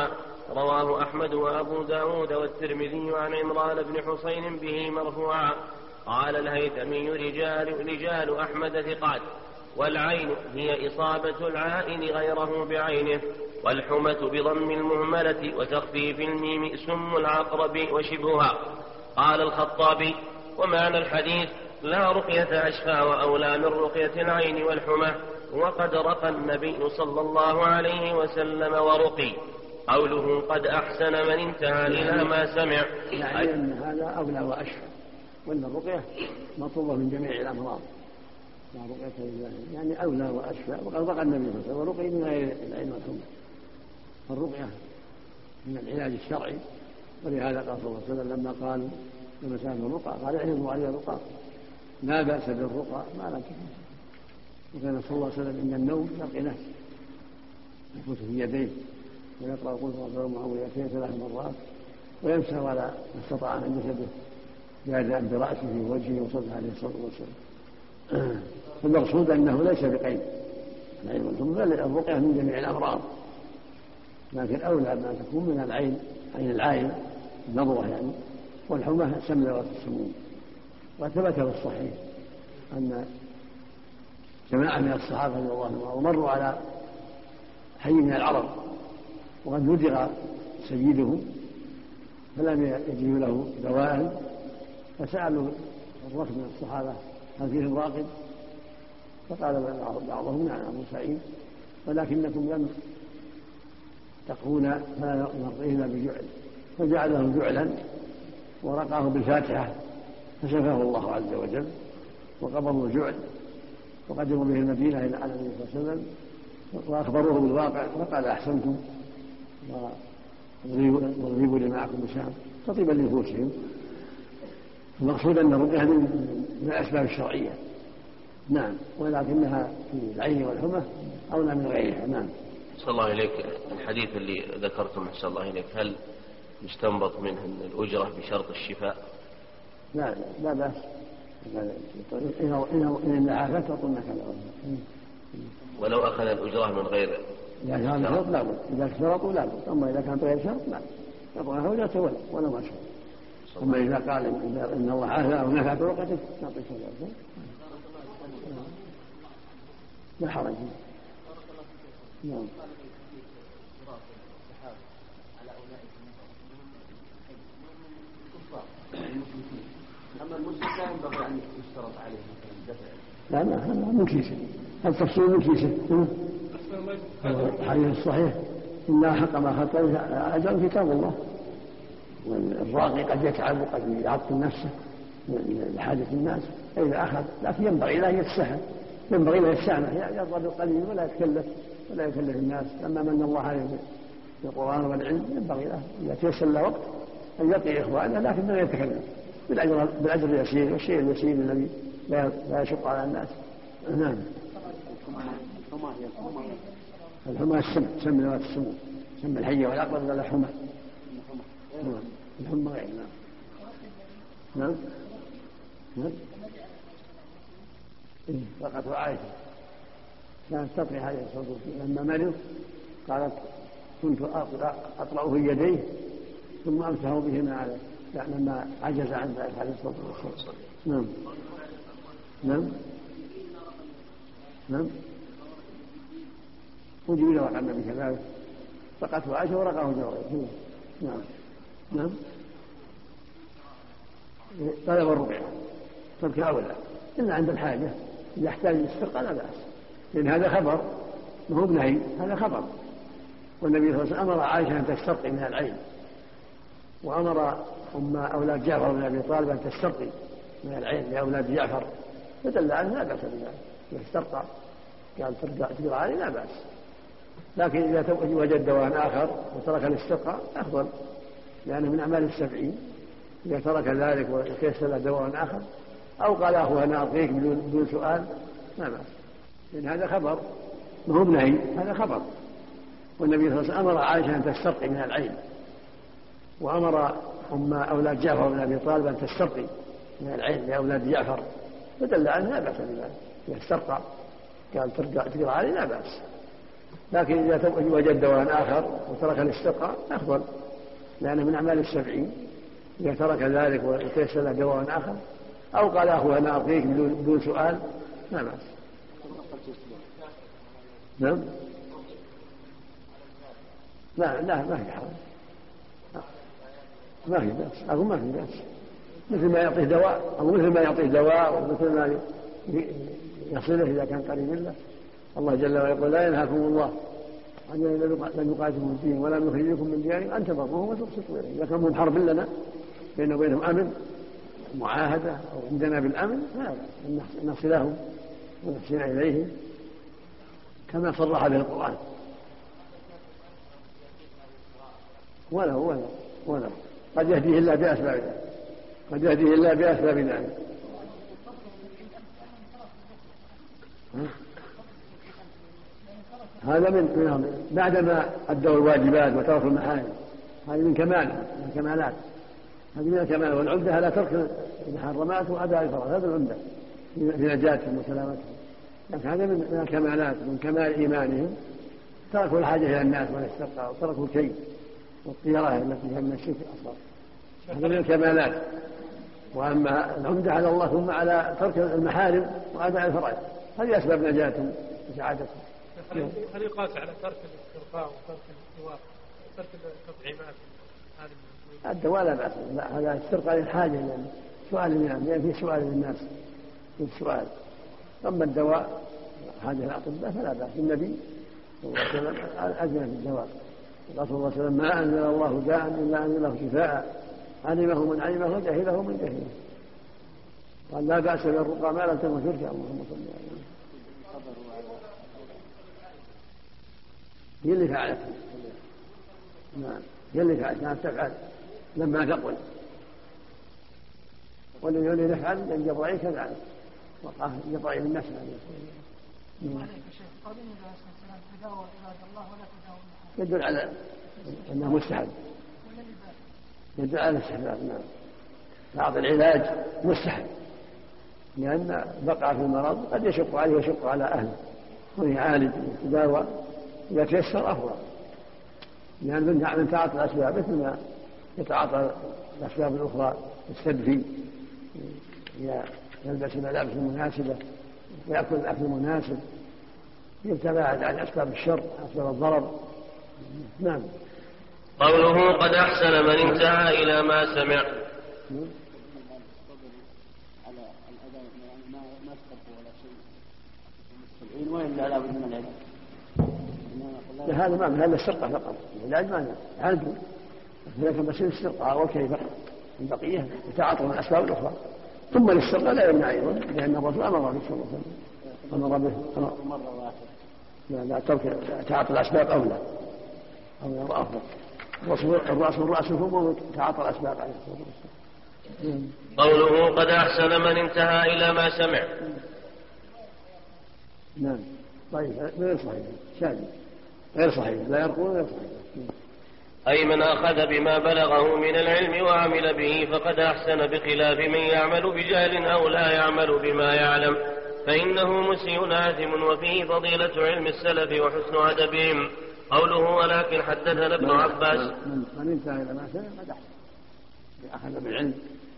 رواه أحمد وأبو داود والترمذي عن عمران بن حسين به مرفوعا. قال الهيثمي رجال, رجال أحمد ثقات. والعين هي إصابة العائن غيره بعينه، والحمة بضم المهملة وتخفيف الميم سم العقرب وشبهها. قال الخطابي: ومعنى الحديث لا رقية أشفى وأولى من رقية العين والحمى، وقد رقى النبي صلى الله عليه وسلم ورقي. قوله قد أحسن من انتهى إلى ما سمع، يعني أن هذا أولى وأشفى، وأن الرقية مطلوبة من جميع الأمراض، لا رقية لله، يعني أولى وأشفى. وقد رقى النبي صلى الله عليه وسلم ورقي من غير العين والحمى. الرقية من العلاج الشرعي، ولهذا قال صلى الله عليه وسلم لما قال لما سأل الرقى قال اعرضوا علي الرقى، لا بأس بالرقى ما لا تكون. وكان صلى الله عليه وسلم عند النوم يرقي نفسه، يثبت في يديه ويقرأ قل هو الله معوذتين ثلاث مرات، ويمسح على ما استطاع من جسده بهذا برأسه ووجهه وصدره عليه الصلاة والسلام. فالمقصود أنه ليس بقيد العين والحمى، بل الرقية من جميع الأمراض، لكن أولى ما تكون من العين، عين العين النظرة يعني، والحمى سملوات السموم. وثبت في الصحيح أن جماعة من الصحابة رضي الله عنهم ومروا على حي من العرب وقد لدغ سيده فلم يجدوا له دواء، فسألوا الركب من الصحابة هل فيهم راقد؟ فقال بعضهم نعم أبو سعيد، ولكنكم لم تقونا فلا نرقيه إلا بجعل، فجعله جعلا ورقاه بالفاتحة فشفاه الله عز وجل، وقبضوا الجعل وقدموا به المدينة إلى على النبي صلى الله عليه وسلم وأخبروه بالواقع، فقال أحسنتم واضربوا لي معكم بشام تطيبا لنفوسهم. المقصود أن الرقية من الأسباب الشرعية، نعم، ولكنها في العين والحمى أولى من غيرها. نعم. صلى الله إليك، الحديث اللي ذكرتم صلى الله إليك هل يستنبط منه أن الأجرة بشرط الشفاء؟ لا لا بأس، إن عافت فقلنا كذا. ولو أخذ الأجرة من غير إذا كان شرط لا بد، إذا اشترطوا لا بد، أما إذا كان غير شرط لا يطلعها ولا تولى ولا ما شرط. أما إذا قال إن الله عافى أو نفع برقته نعطي كذا لا حرج. نعم. أما المسلم لا ينبغي أن يشترط عليه الدفع. لا لا هذا من كيسه، هذا تفصيل من كيسه. الحديث الصحيح إن حق ما خطر أجل كتاب الله، والراقي قد يتعب وقد يعطل نفسه لحاجة الناس فإذا أخذ، لكن ينبغي له يتسهل، ينبغي له يتسامح، يرضى بالقليل ولا يتكلف ولا يكلف الناس. أما من الله عليه بالقرآن والعلم ينبغي له إذا تيسر له وقت أن يلقي إخوانه، لكن لا يتكلف بالأجر بالأجر اليسير والشيء اليسير الذي لا يشق على الناس. نعم. الحمى السم، سم ذوات السموم، سم الحية والأقرب ولا حمى؟ الحمى غير. نعم. نعم. نعم. إيه فقط عائشة كانت تطرح عليه الصلاة والسلام لما مرض قالت كنت أطلع في يديه ثم أمسحه بهما عليه، يعني لما عجز عن ذلك عليه الصلاة والسلام. نعم. نعم. نعم. وجبريل وقع النبي كذلك، فقته عائشة ورقاه جبريل. نعم. نعم. طلب الرقية ترك أولى إلا عند الحاجة، إذا احتاج الاسترقاء لا بأس، لأن هذا خبر ما هو بنهي، هذا خبر. والنبي صلى الله عليه وسلم أمر عائشة أن تسترقي من العين، وأمر أم أولاد جعفر بن أبي طالب أن تسترقي من العين لأولاد جعفر، فدل عنه لا بأس بذلك. إذا استرقى قال تقرأ عليه لا بأس، لكن إذا وجد دواء آخر وترك الاسترقاء أفضل، لأنه من أعمال السبعين. إذا ترك ذلك وتيسر له دواء آخر أو قال أخوه أنا أعطيك بدون سؤال لا بأس، لأن هذا خبر ما هو بنهي، هذا خبر. والنبي صلى الله عليه وسلم أمر عائشة أن تسترقي من العين، وأمر أم أولاد جعفر بن أبي طالب أن تسترقي من العين لأولاد جعفر، فدل عنه لا بأس بذلك. إذا استرقى قال تقرأ عليه لا بأس، لكن إذا وجد دواء آخر وترك الاسترقاء أفضل، لأنه من أعمال السبعين. إذا ترك ذلك وتيسر له دواء آخر أو قال أخوه أنا أعطيك بدون سؤال لا بأس. نعم لا لا ما في حرج، ما في بأس، أقول ما في بأس، مثل ما يعطيه دواء أو مثل ما يعطيه دواء ومثل ما يصله إذا كان قريب له. الله جل وعلا يقول لا ينهاكم الله عن لن يقاتلكم في الدين ولا يخرجكم من ديارهم أن تبروهم وتقسطوا إليهم. إذا كان من حرب لنا بيننا وبينهم أمن معاهدة أو عندنا بالأمن لا أن نصلهم ونحسن إليهم كما صرح به القرآن. ولا ولا ولا قد يهديه الله بأسباب ذلك، قد يهديه الله بأسباب ذلك. هذا من بعدما أدوا الواجبات وتركوا المحارم، هذه من كمال من كمالات، هذه من الكمال. والعمدة على ترك المحرمات وأداء الفرائض، هذا العمدة في نجاتهم وسلامتهم. لكن هذا من الكمالات من كمال إيمانهم، تركوا الحاجة إلى الناس والاسترقاء وتركوا الكيد والطيرة التي هي من الشرك الأصغر، هذا من الكمالات. وأما العمدة على الله ثم على ترك المحارم وأداء الفرائض، هذه أسباب نجاتهم وسعادتهم. هل يقاس على ترك الاسترقاء وترك الدواء وترك التطعيمات؟ الدواء لا بأس، لا هذا استرقاء للحاجة يعني سؤال الناس، يعني في سؤال للناس في السؤال. أما الدواء حاجة الأطباء فلا بأس. النبي صلى الله عليه وسلم أذن في الدواء، قال صلى الله عليه وسلم ما أنزل الله داء إلا أنزله شفاء علمه من علمه وجهله من جهله. قال لا بأس بالرقى ما لم تكن شركا. اللهم صل على وسلم. هي اللي فعلت، نعم هي اللي فعلت، كانت تفعل لما تقول، والذي يولي يفعل لأن جبرائيل كذلك وقع جبرائيل الناس يدل على أنه مستحب، يدل على الاستحباب. نعم بعض العلاج مستحب لأن بقى في المرض قد يشق عليه ويشق على أهله، ويعالج ويتداوى إذا تيسر أفضل، لأن من تعاطى الأسباب مثل ما يتعاطى الأسباب الأخرى، يستدفي، يلبس الملابس المناسبة، ويأكل الأكل المناسب، يتباعد عن أسباب الشر أسباب الضرر. نعم. قوله قد أحسن من انتهى إلى ما سمع. وإلا لا بد من العلاج. هذا ما من هذا السرقة فقط، العلاج ما يعالجه، لكن بس السرقة أو كيف البقية يتعاطى من الأسباب الأخرى. ثم للسرقة لا يمنع أيضا، لأن الرسول أمر به صلى الله عليه وسلم، أمر به مرة واحدة، لا ترك تعاطى الأسباب أولى أو أفضل. الرأس والرأس ثم تعاطى الأسباب عليه الصلاة والسلام. قوله قد أحسن من انتهى إلى ما سمع. نعم طيب غير صحيح، شاذ غير صحيح، لا يرقون غير صحيح. أي من أخذ بما بلغه من العلم وعمل به فقد أحسن، بخلاف من يعمل بجهل أو لا يعمل بما يعلم فإنه مسيء آثم. وفيه فضيلة علم السلف وحسن أدبهم. قوله ولكن حدثنا ابن عباس. من انتهى إلى ما سمع قد أحسن، أخذ بالعلم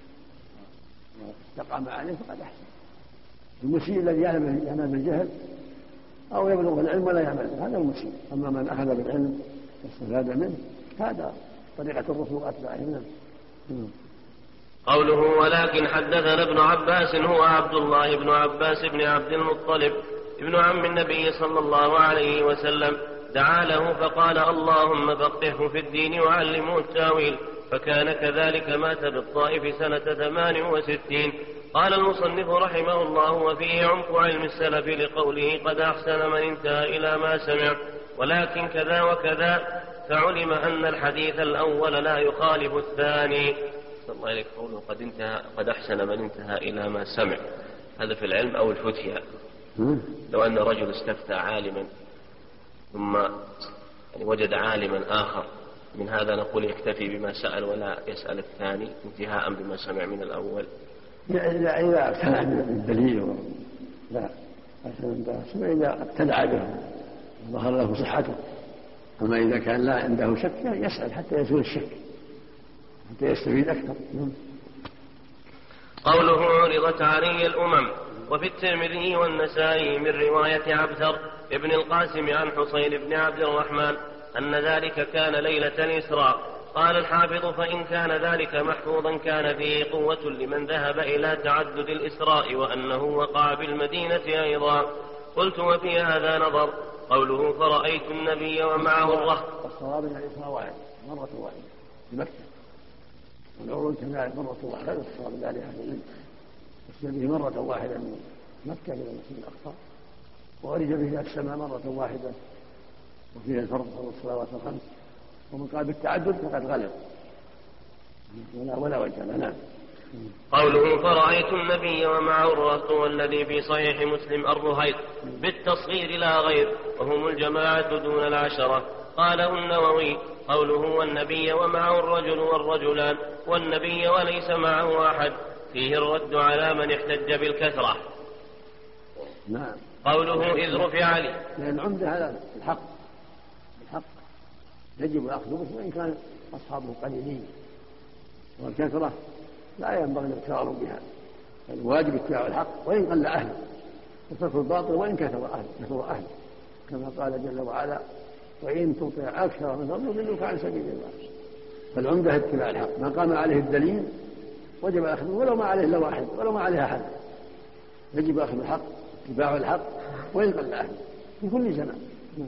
واستقام عليه فقد أحسن. المسيء الذي يعمل بالجهل أو يبلغ العلم ولا يعمل هذا المسيء. أما من أخذ بالعلم واستفاد منه هذا طريقة الرسول وأتباعه. منه. قوله ولكن حدثنا ابن عباس هو عبد الله بن عباس بن عبد المطلب ابن عم النبي صلى الله عليه وسلم، دعا له فقال اللهم فقهه في الدين وعلمه التاويل، فكان كذلك. مات بالطائف سنة ثمان وستين. قال المصنف رحمه الله وفيه عمق علم السلف لقوله قد أحسن من انتهى إلى ما سمع، ولكن كذا وكذا، فعلم أن الحديث الأول لا يخالف الثاني. صلى الله عليه قوله قد انتهى قد أحسن من انتهى إلى ما سمع، هذا في العلم أو الفتيا. لو أن رجل استفتى عالما ثم يعني وجد عالما آخر، من هذا نقول يكتفي بما سأل ولا يسأل الثاني انتهاء بما سمع من الأول. إذا إذا اقتنع بالدليل لا أحسن إذا ابتدع به ظهر له صحته. أما إذا كان لا عنده شك يسأل حتى يزول الشك حتى يستفيد أكثر. قوله عرضت علي الأمم. وفي الترمذي والنسائي من رواية عبثر ابن القاسم عن حسين بن عبد الرحمن أن ذلك كان ليلة الإسراء. قال الحافظ فإن كان ذلك محفوظا كان فيه قوة لمن ذهب إلى تعدد الإسراء وأنه وقع بالمدينة أيضا. قلت وفي هذا نظر. قوله فرأيت النبي ومعه الرهط. الصواب أن الإسراء واحد مرة واحدة في مكة، والعروج كذلك مرة واحدة. الصواب ذلك أهل العلم أسلم به مرة واحدة من مكة إلى المسجد الأقصى، وأرج به إلى السماء مرة واحدة، وفيها الفرض صلى الصلوات الخمس. ومن قال بالتعدد فقد غلب ولا ولا وجه له. قوله فرأيت النبي ومعه الرهط والذي في صحيح مسلم الرهيط بالتصغير لا غير، وهم الجماعة دون العشرة. قاله النووي قوله والنبي ومعه الرجل والرجلان والنبي وليس معه أحد فيه الرد على من احتج بالكثرة. نعم. قوله إذ رفع علي. لأن عمده هذا الحق الحق يجب الأخذ به وإن كان أصحابه قليلين، والكثرة لا ينبغي الاغترار بها. الواجب اتباع الحق وإن قل أهله، وترك الباطل وإن كثر أهله كثر أهله كما قال جل وعلا وإن تطع أكثر من يضلوك عن سبيل الله. فالعمدة اتباع الحق، ما قام عليه الدليل وجب أخذه ولو ما عليه إلا واحد ولو ما عليه أحد. يجب أخذ الحق اتباع الحق وإن قل أهله في كل زمان.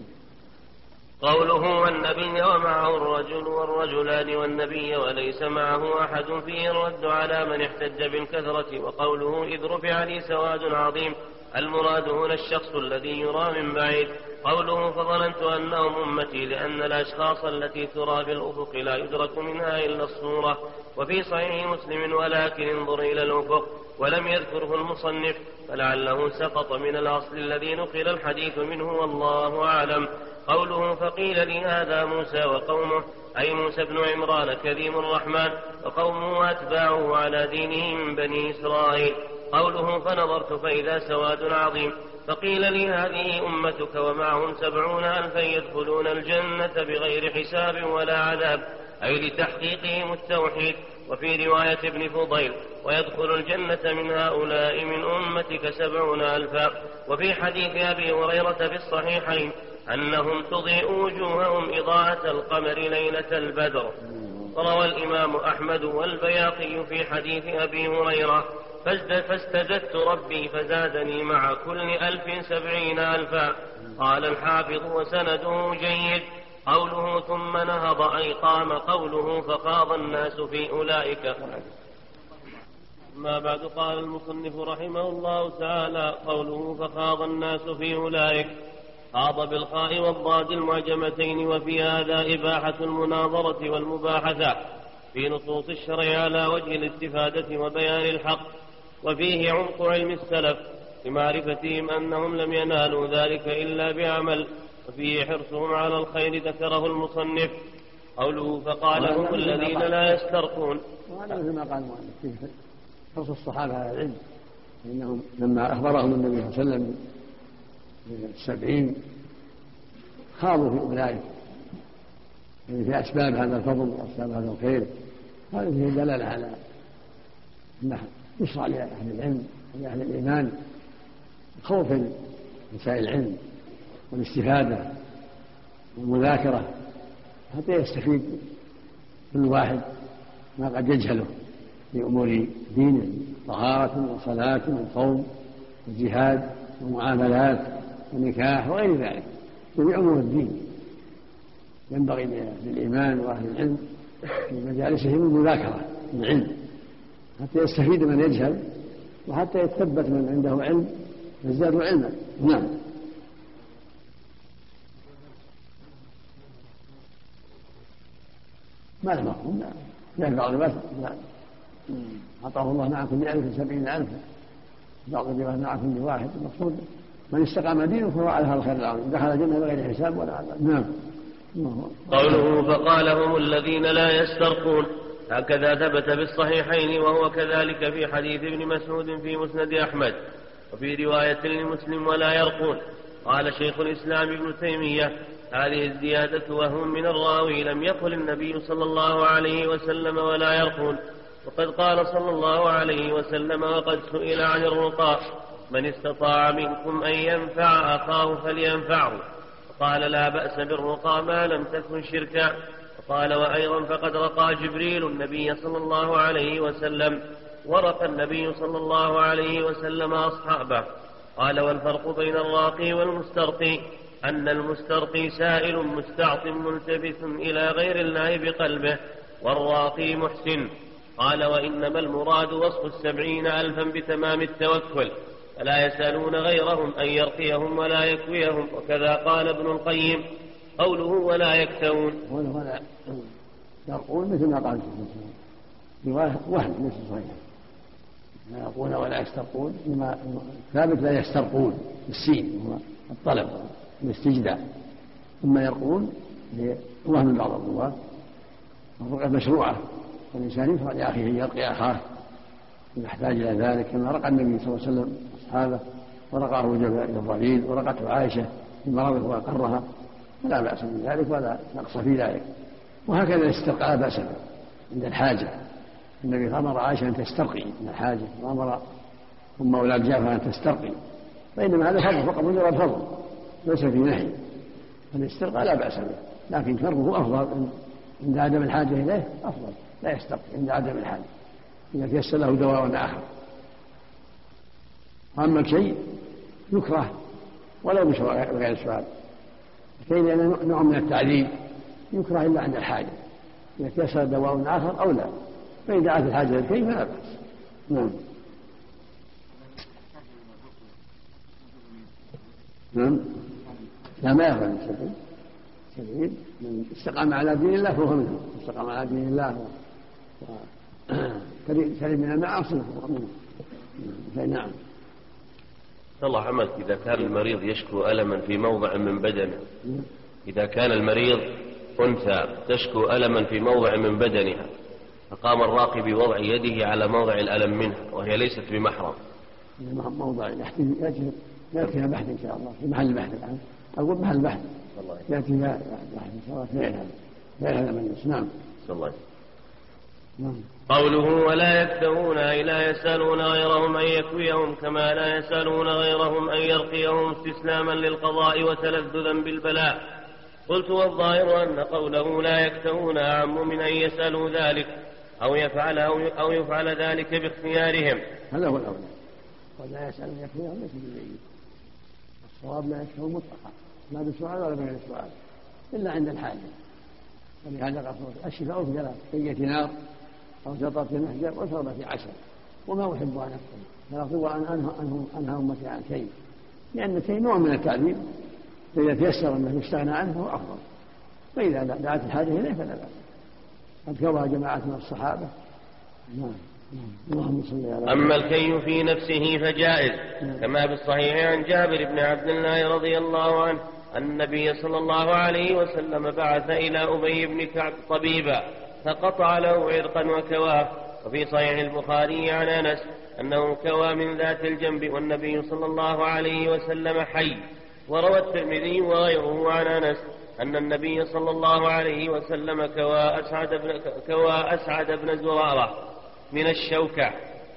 قوله والنبي ومعه الرجل والرجلان والنبي وليس معه أحد فيه الرد على من احتج بالكثرة. وقوله إذ رفع لي سواد عظيم المراد هنا الشخص الذي يرى من بعيد. قوله فظننت أنهم أمتي لأن الأشخاص التي ترى في الأفق لا يدرك منها إلا الصورة. وفي صحيح مسلم ولكن انظر إلى الأفق ولم يذكره المصنف فلعله سقط من الأصل الذي نقل الحديث منه والله أعلم. قوله فقيل لي هذا موسى وقومه أي موسى بن عمران كريم الرحمن وقومه أتباعه على دينه من بني إسرائيل. قوله فنظرت فإذا سواد عظيم. فقيل لي هذه أمتك ومعهم سبعون ألفا يدخلون الجنة بغير حساب ولا عذاب أي لتحقيقهم التوحيد. وفي رواية ابن فضيل ويدخل الجنة من هؤلاء من أمتك سبعون ألفا. وفي حديث أبي هريرة في الصحيحين أنهم تضيء وجوههم إضاءة القمر ليلة البدر. روى الإمام أحمد والبياقي في حديث أبي هريرة فاستجدت ربي فزادني مع كل ألف سبعين ألفا. قال الحافظ وسنده جيد. قوله ثم نهض أي قام. قوله فخاض الناس في أولئك. ما بعد قال المصنف رحمه الله تعالى قوله فخاض الناس في أولئك خاض بالخاء والضاد المعجمتين. وفي هذا إباحة المناظرة والمباحثة في نصوص الشرع على وجه الاستفادة وبيان الحق. وفيه عمق علم السلف لمعرفتهم أنهم لم ينالوا ذلك إلا بعمل. وفيه حرصهم على الخير ذكره المصنف. قوله فقال هم الذين لا يسترقون. وهذا مثل ما قال المؤلف حرص الصحابة على العلم، فإنهم لما أخبرهم النبي صلى الله عليه وسلم السبعين خاضوا في أولئك يعني في أسباب هذا الفضل وأسباب هذا الخير. هذا فيه دلالة على أنه يشرع لأهل العلم ولأهل الإيمان خوف مسائل العلم والاستفادة والمذاكرة حتى يستفيد كل واحد ما قد يجهله في أمور دينه طهارة وصلاة وصوم وجهاد ومعاملات ونكاح وغير ذلك. جميع أمور الدين ينبغي للإيمان وأهل العلم في مجالسهم المذاكرة العلم حتى يستفيد من يجهل وحتى يتثبت من عنده علم يزداد علما. نعم. ما له مفهوم. لا بعض الناس أعطاه الله مع كل ألف سبعين ألفا، بعض الناس مع كل واحد. المقصود من استقام دينه فهو على هذا الخير العظيم دخل الجنة بغير حساب ولا عذاب. نعم. قوله فقال هم الذين لا يسترقون هكذا ثبت بالصحيحين، وهو كذلك في حديث ابن مسعود في مسند أحمد. وفي رواية لمسلم ولا يرقون. قال شيخ الإسلام ابن تيمية: هذه الزيادة وهم من الراوي، لم يقل النبي صلى الله عليه وسلم ولا يرقون. وقد قال صلى الله عليه وسلم: وقد سئل عن الرقى: من استطاع منكم أن ينفع أخاه فلينفعه. قال: لا بأس بالرقى ما لم تكن شركا. قال: وأيضا فقد رقى جبريل النبي صلى الله عليه وسلم، ورقى النبي صلى الله عليه وسلم أصحابه. قال: والفرق بين الراقي والمسترقي أن المسترقي سائل مستعط ملتبس إلى غير الله بقلبه، والراقي محسن. قال: وإنما المراد وصف السبعين ألفا بتمام التوكل، فلا يسألون غيرهم أن يرقيهم ولا يكويهم. وكذا قال ابن القيم: قوله ولا يكتوون ولا يرقون مثل ما قال رواية واحد ليس صحيح، لا يرقون ولا يسترقون، لما ثابت لا يسترقون بالسين هو الطلب الاستجداء، ثم يرقون لوهم بعض الرواة. الرقية مشروعة، والإنسان يفرح لأخيه أن يرقي أخاه إذا احتاج إلى ذلك، كما رقى النبي صلى الله عليه وسلم أصحابه، ورقاه الضليل، ورقته عائشة في مرضه وأقرها، فلا بأس من ذلك ولا نقص في ذلك. وهكذا الاسترقاء لا بأس عند الحاجة. النبي أمر عائشة أن تسترقي عند الحاجة، وأمر أم أولاد جعفر أن تسترقي، فإنما هذا فضل فقط مجرد فضل ليس في نهي. فالاسترقاء لا بأس به، لكن تركه أفضل عند عدم الحاجة إليه، أفضل لا يسترقي عند عدم الحاجة إذا تيسر له دواء آخر. أما الشيء يكره ولو بغير سؤال، لأن نوع من التعذيب يكره إلا عند الحاجة، إذا تيسر دواء آخر أو لا، فإذا دعت الحاجة للكي فلا بأس. نعم. نعم. لا ما يفعل السبيل سبيل من استقام على دين الله فهو منه، استقام على دين الله وكريم من المعاصي فهو منه. نعم. الله عملك إذا كان المريض يشكو ألما في موضع من بدنه، إذا كان المريض أنثى تشكو ألما في موضع من بدنها، فقام الراقي بوضع يده على موضع الألم منها وهي ليست بمحرم، موضع يأتي يأتيها بحث إن شاء الله في محل بحث الآن، أقول محل بحث يأتيها بحث إن شاء الله في هذا من الإسلام. نعم. قوله ولا يكتوون أي لا يسألون غيرهم أن يكويهم، كما لا يسألون غيرهم أن يرقيهم استسلاما للقضاء وتلذذا بالبلاء. قلت والظاهر أن قوله لا يكتوون أعم من أن يسألوا ذلك أو يفعل أو يفعل ذلك باختيارهم. هذا هو الأولى، ولا يسأل يكويهم ليس بالجيد. الصواب لا يكتوون مطلقا، لا بسؤال ولا بغير سؤال إلا عند الحاجة. ولهذا قال الشفاء في ثلاث: كية نار أو شطرة محجر وشربة عسل. وما أحب أن أكتب فأطلب أن أنهى أمتي عن شيء، لأن الشيء نوع من التعذيب، فإذا تيسر أنه يستغنى عنه فهو أفضل، فإذا دعت الحاجة إليه فلا بأس. قد كره جماعة من الصحابة. نعم. اللهم صل على. أما الكي في نفسه فجائز، كما بالصحيح عن جابر بن عبد الله رضي الله عنه أن النبي صلى الله عليه وسلم بعث إلى أبي بن كعب طبيبا فقطع له عرقا وكواه. وفي صحيح البخاري عن أنس أنه كوى من ذات الجنب والنبي صلى الله عليه وسلم حي. وروى الترمذي وغيره عن أنس أن النبي صلى الله عليه وسلم كوى أسعد بن, كوى أسعد بن زرارة من الشوكة.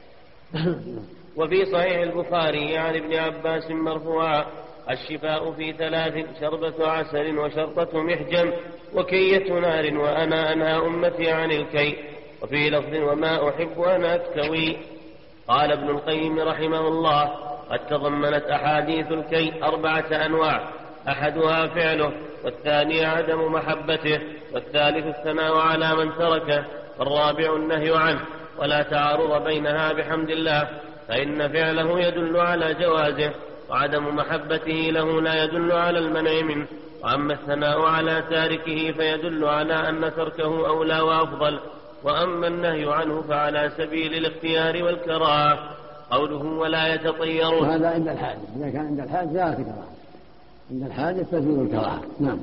وفي صحيح البخاري عن ابن عباس مرفوعا: الشفاء في ثلاث: شربة عسل وشرطة محجم وكية نار، وأنا أنهى أمتي عن الكي. وفي لفظ: وما أحب أن أكتوي. قال ابن القيم رحمه الله: قد تضمنت أحاديث الكي أربعة أنواع: أحدها فعله، والثاني عدم محبته، والثالث الثناء على من تركه، والرابع النهي عنه. ولا تعارض بينها بحمد الله، فإن فعله يدل على جوازه، وعدم محبته له لا يدل على المنع منه. وأما الثناء على تاركه فيدل على أن تركه أولى وأفضل. وأما النهي عنه فعلى سبيل الاختيار والكراهة. قوله ولا يتطيرون، وهذا عند الحاجة، إذا كان عند الحاجة لا في كراهة، عند الحاجة تزول الكراهة. نعم.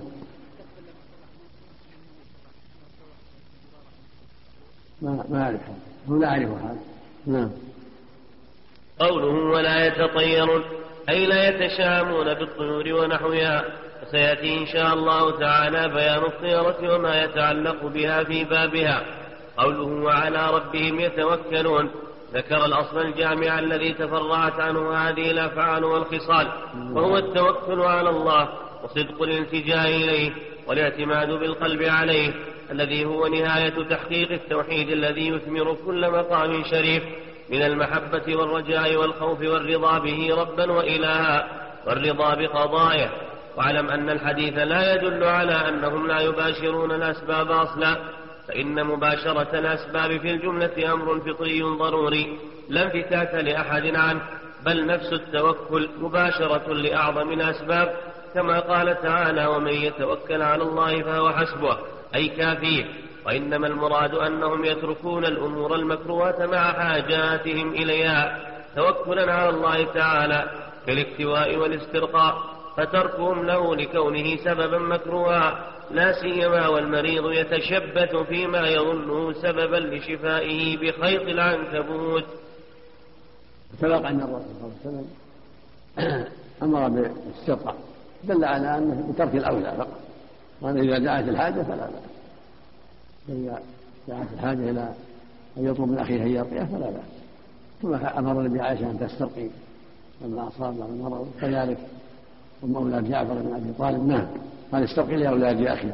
ما ما أعرف هذا، هو لا أعرف هذا. نعم. قوله ولا يتطيرون أي لا يتشامون بالطيور ونحوها. وسيأتي إن شاء الله تعالى بيان الطيرة وما يتعلق بها في بابها. قوله وعلى ربهم يتوكلون، ذكر الأصل الجامع الذي تفرعت عنه هذه الأفعال والخصال، وهو التوكل على الله وصدق الالتجاء إليه والاعتماد بالقلب عليه، الذي هو نهاية تحقيق التوحيد الذي يثمر كل مقام شريف من المحبة والرجاء والخوف والرضا به ربا وإلها والرضا بقضاياه. واعلم أن الحديث لا يدل على أنهم لا يباشرون الأسباب أصلا، فإن مباشرة الأسباب في الجملة أمر فطري ضروري لا انفتات لأحد عنه، بل نفس التوكل مباشرة لأعظم الأسباب، كما قال تعالى ومن يتوكل على الله فهو حسبه، أي كافيه. وإنما المراد أنهم يتركون الأمور المكروهة مع حاجاتهم إليها توكلا على الله تعالى كالاكتواء والاسترقاء، فتركهم له لكونه سببا مكروها، لا سيما والمريض يتشبث فيما يظنه سببا لشفائه بخيط العنكبوت. سبق أن الرسول صلى الله عليه وسلم أمر بالاسترقاء، دل على أنه بترك الأولى فقط، وأن إذا دعت الحاجة فلا بأس، إذا دعت الحاجة إلى أن يطلب من أخيه أن يرقيه فلا بأس. ثم أمر النبي عائشة أن تسترقي لما أصابها المرض، كذلك ثم أولاد جعفر بن أبي طالب نعم قال استرقي لأولاد أخي.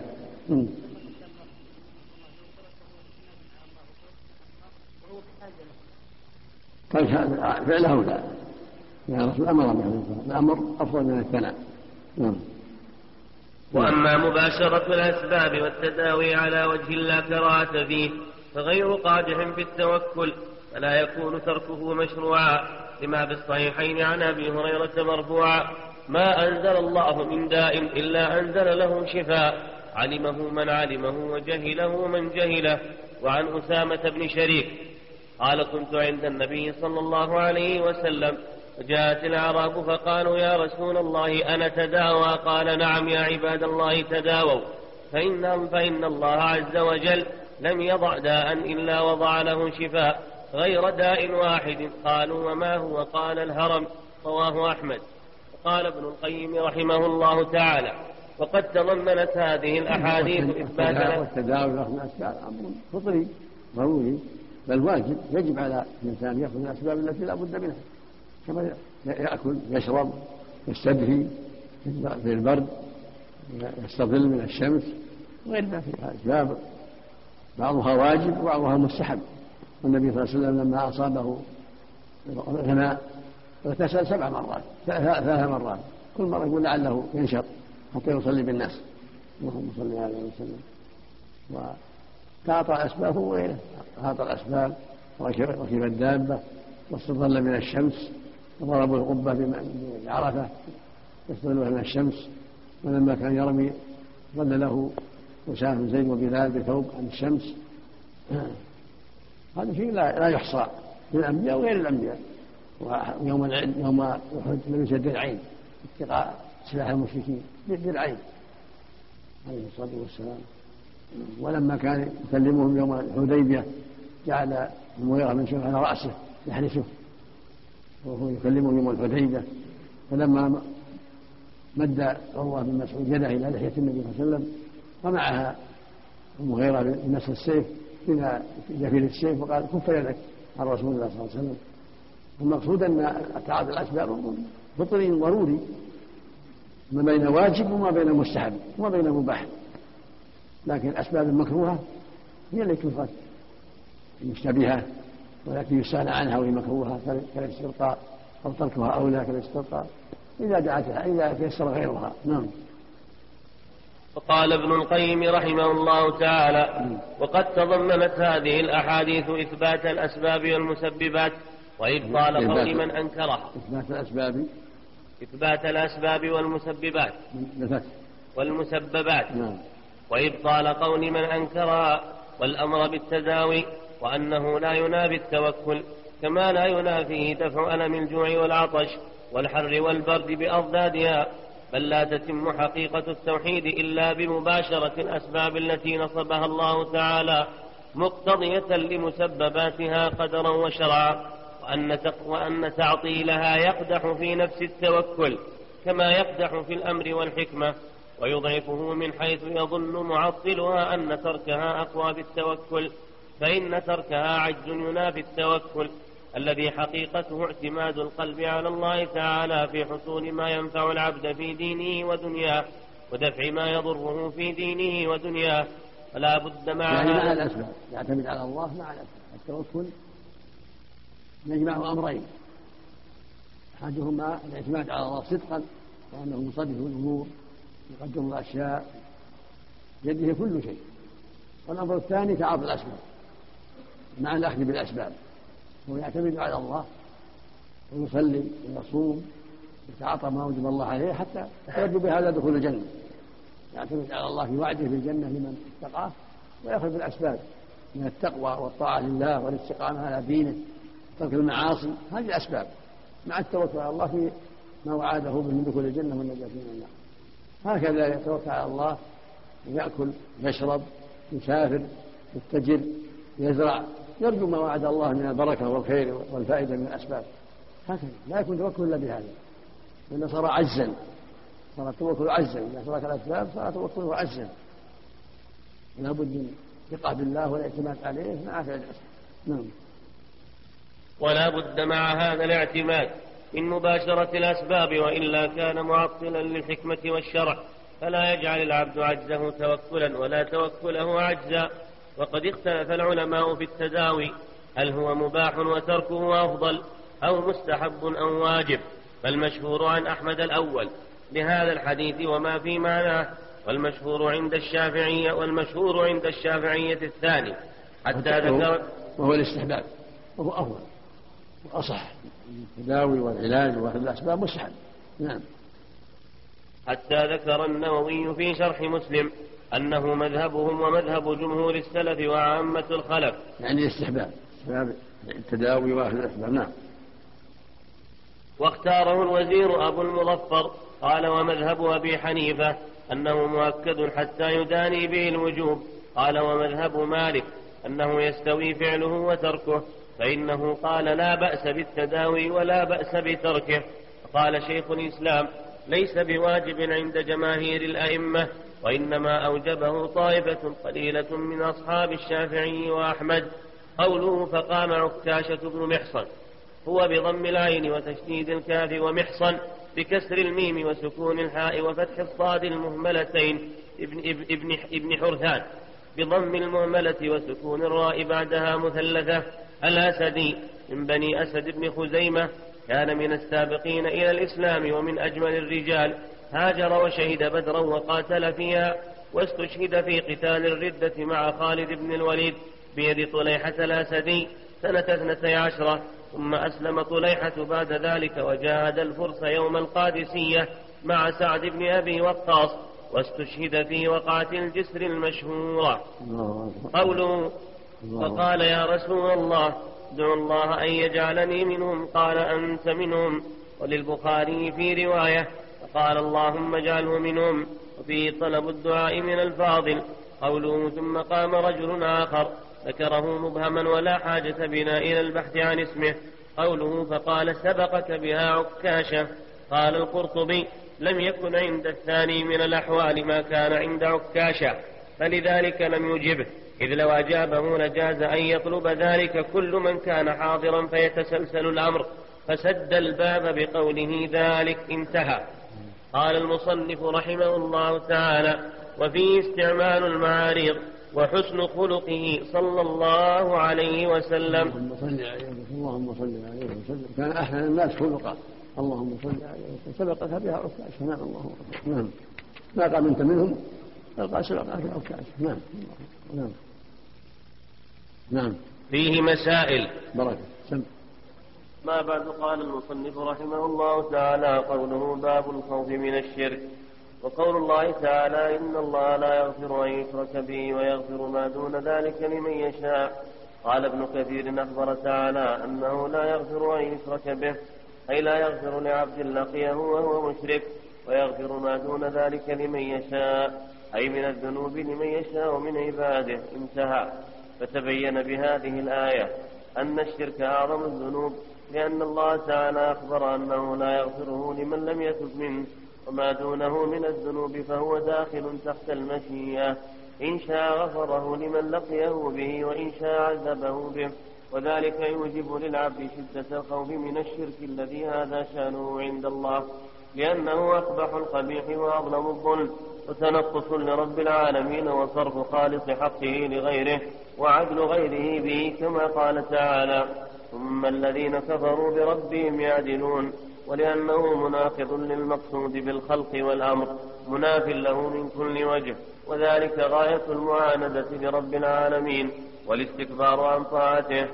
قال فعله لا، يا رسول أمر به، الأمر أفضل من الثناء. نعم. وأما مباشرة الأسباب والتداوي على وجه لا كراهة فيه فغير قادح في التوكل، فلا يكون تركه مشروعا، لما بالصحيحين عن أبي هريرة مرفوعا ما أنزل الله من داء إلا أنزل له شفاء، علمه من علمه وجهله من جهله. وعن أسامة بن شريك قال كنت عند النبي صلى الله عليه وسلم فجاءت الأعراب فقالوا يا رسول الله أنا تداوى؟ قال نعم يا عباد الله تداووا، فإن, فإن الله عز وجل لم يضع داء إلا وضع له شفاء غير داء واحد. قالوا وما هو؟ قال الهرم، رواه أحمد. قال ابن القيم رحمه الله تعالى وقد تضمنت هذه الأحاديث إثبات والتداوي من الأسباب أمر فطري ضروري، بل واجب، يجب على الإنسان يأخذ الأسباب التي لا بد منها، كما يأكل يشرب يستدفي في البرد يستظل من الشمس وغير ذلك. الأسباب بعضها واجب وبعضها مستحب. والنبي صلى الله عليه وسلم لما أصابه غناء اغتسل سبع مرات ثلاث مرات، كل مرة يقول لعله ينشط حتى يصلي بالناس، اللهم صل عليه وسلم. وتعطى أسبابه وغيره، أعطى الأسباب ركب الدابة واستظل من الشمس، وضربوا القبة بعرفة يستظلها من الشمس، ولما كان يرمي ظل له أسامة بن زيد وبلال بثوب عن الشمس. هذا شيء لا يحصى للأنبياء وغير الأنبياء. ويوم يوم أحد لبس درعين اتقاء سلاح المشركين، درعين عليه الصلاة والسلام. ولما كان يكلمهم يوم الحديبية جعل المغيرة بن شعبة على رأسه يحرسه وهو يكلمهم يوم الحديبية، فلما مد عروة بن مسعود يده إلى لحية النبي صلى الله عليه وسلم ومعها المغيرة بنسف السيف إلى جفير السيف وقال كف يدك عن رسول الله صلى الله عليه وسلم. المقصود أن تعاطي الأسباب فطري ضروري، ما بين واجب وما بين مستحب وما بين مباح، لكن الأسباب المكروهة هي التي تترك المشتبهة ولكن يستغنى عنها وهي مكروهة كالاسترقاء أو تركها أولى كالاسترقاء إذا دعتها إذا تيسر غيرها. نعم. وقال ابن القيم رحمه الله تعالى وقد تضمنت هذه الأحاديث إثبات الأسباب والمسببات وإبطال قول من أنكرها. إثبات الأسباب إثبات الأسباب والمسببات والمسببات وإبطال قول من أنكرها، والأمر بالتداوي، وأنه لا ينافي التوكل كما لا ينافيه دفع ألم الجوع والعطش والحر والبرد بأضدادها، بل لا تتم حقيقة التوحيد إلا بمباشرة الأسباب التي نصبها الله تعالى مقتضية لمسبباتها قدرا وشرعا. وأن, وأن تعطيلها يقدح في نفس التوكل كما يقدح في الأمر والحكمة، ويضعفه من حيث يظن معطلها أن تركها أقوى بالتوكل، فإن تركها عجز ينافي التوكل الذي حقيقته اعتماد القلب على الله تعالى في حصول ما ينفع العبد في دينه ودنياه ودفع ما يضره في دينه ودنياه. فلا بد مع يعني مع الأسباب، يعتمد على الله مع الأسباب. التوكل يجمع أمرين، أحدهما الاعتماد على الله صدقا وأنه مصدق الأمور يقدم الأشياء بيده كل شيء، والأمر الثاني تعاطي الأسباب مع الأخذ بالأسباب، هو يعتمد على الله ويصلي ويصوم ويتعاطى ما وجب الله عليه حتى يرجو بهذا دخول الجنة، يعتمد على الله في وعده بالجنة لمن اتقاه، ويأخذ بالأسباب من التقوى والطاعة لله والاستقامة على دينه ترك المعاصي، هذه أسباب مع التوكل على الله في ما وعده به من دخول الجنة والنجاة من النار. هكذا يتوكل على الله ويأكل يشرب يسافر يتجر يزرع يرجو ما وعد الله من البركة والخير والفائدة من الأسباب، هكذا لا يكون توكل إلا بهذا، لأنه صار عجزا، صار التوكل عجزا، إذا ترك الأسباب صار توكله عجزا، لا بد من ثقة بالله والاعتماد عليه مع فعل الأسباب. نعم. ولا بد مع هذا الاعتماد من مباشرة الأسباب، وإلا كان معطلا للحكمة والشرع، فلا يجعل العبد عجزه توكلا ولا توكله عجزا. وقد اختلف العلماء في التداوي، هل هو مباح وتركه أفضل أو مستحب أو واجب؟ فالمشهور عن أحمد الأول بهذا الحديث وما في معناه، والمشهور عند الشافعية والمشهور عند الشافعية الثاني، حتى ذكر وهو الاستحباب، وهو أفضل وأصح. التداوي والعلاج وأخذ الأسباب مستحب. نعم. حتى ذكر النووي في شرح مسلم أنه مذهبهم ومذهب جمهور السلف وعامة الخلف، يعني الاستحباب، استحباب التداوي وأخذ الأسباب. نعم. واختاره الوزير أبو المظفر قال ومذهب أبي حنيفة أنه مؤكد حتى يداني به الوجوب. قال ومذهب مالك أنه يستوي فعله وتركه، فإنه قال لا بأس بالتداوي ولا بأس بتركه. قال شيخ الإسلام ليس بواجب عند جماهير الأئمة، وإنما أوجبه طائفة قليلة من أصحاب الشافعي وأحمد. قوله فقام عكاشة بن محصن هو بضم العين وتشديد الكاف، ومحصن بكسر الميم وسكون الحاء وفتح الصاد المهملتين ابن, ابن, ابن حرثان بضم المهملة وسكون الراء بعدها مثلثة، الأسدي من بني أسد بن خزيمة، كان من السابقين إلى الإسلام ومن أجمل الرجال، هاجر وشهد بدرا وقاتل فيها، واستشهد في قتال الردة مع خالد بن الوليد بيد طليحة الأسدي سنة اثنتي عشرة، ثم أسلم طليحة بعد ذلك وجاهد الفرس يوم القادسية مع سعد بن أبي وقاص، واستشهد في وقعة الجسر المشهورة. قوله فقال يا رسول الله ادعو الله أن يجعلني منهم، قال أنت منهم. وللبخاري في رواية فقال اللهم اجعله منهم، وفيه طلب الدعاء من الفاضل. قوله ثم قام رجل آخر ذكره مبهما ولا حاجة بنا إلى البحث عن اسمه. قوله فقال سبقك بها عكاشة. قال القرطبي لم يكن عند الثاني من الأحوال ما كان عند عكاشة، فلذلك لم يجبه، إذ لو أجابه لجاز أن يطلب ذلك كل من كان حاضرا فيتسلسل الأمر، فسد الباب بقوله ذلك انتهى. قال المصنف رحمه الله تعالى وفيه استعمال المعاريض وحسن خلقه صلى الله عليه وسلم. اللهم صل عليه اللهم صل عليه وسلم، كان أحسن الناس خلقا، اللهم صل عليه وسلم، سبقك بها عكاشة. نعم. الله نعم. ما قال أنت منهم، قال سبقك بها عكاشة. نعم. نعم. نعم. فيه مسائل. بركة. سم. ما بعد. قال المصنف رحمه الله تعالى قوله باب الخوف من الشرك. وقول الله تعالى إن الله لا يغفر أن يشرك به ويغفر ما دون ذلك لمن يشاء. قال ابن كثير أخبر تعالى أنه لا يغفر أن يشرك به، أي لا يغفر لعبد لقيه وهو مشرك، ويغفر ما دون ذلك لمن يشاء، أي من الذنوب لمن يشاء من عباده. انتهى. فتبين بهذه الآية أن الشرك أعظم الذنوب، لأن الله تعالى أخبر أنه لا يغفره لمن لم يتب منه، وما دونه من الذنوب فهو داخل تحت المشيئة، إن شاء غفره لمن لقيه به وإن شاء عذبه به، وذلك يوجب للعبد شدة الخوف من الشرك الذي هذا شأنه عند الله، لأنه أقبح القبيح وأظلم الظلم وتنقص لرب العالمين وصرف خالص حقه لغيره وعدل غيره به، كما قال تعالى: ثم الذين كفروا بربهم يعدلون، ولأنه مناقض للمقصود بالخلق والأمر مناف له من كل وجه، وذلك غاية المعاندة لرب العالمين والاستكبار عن طاعته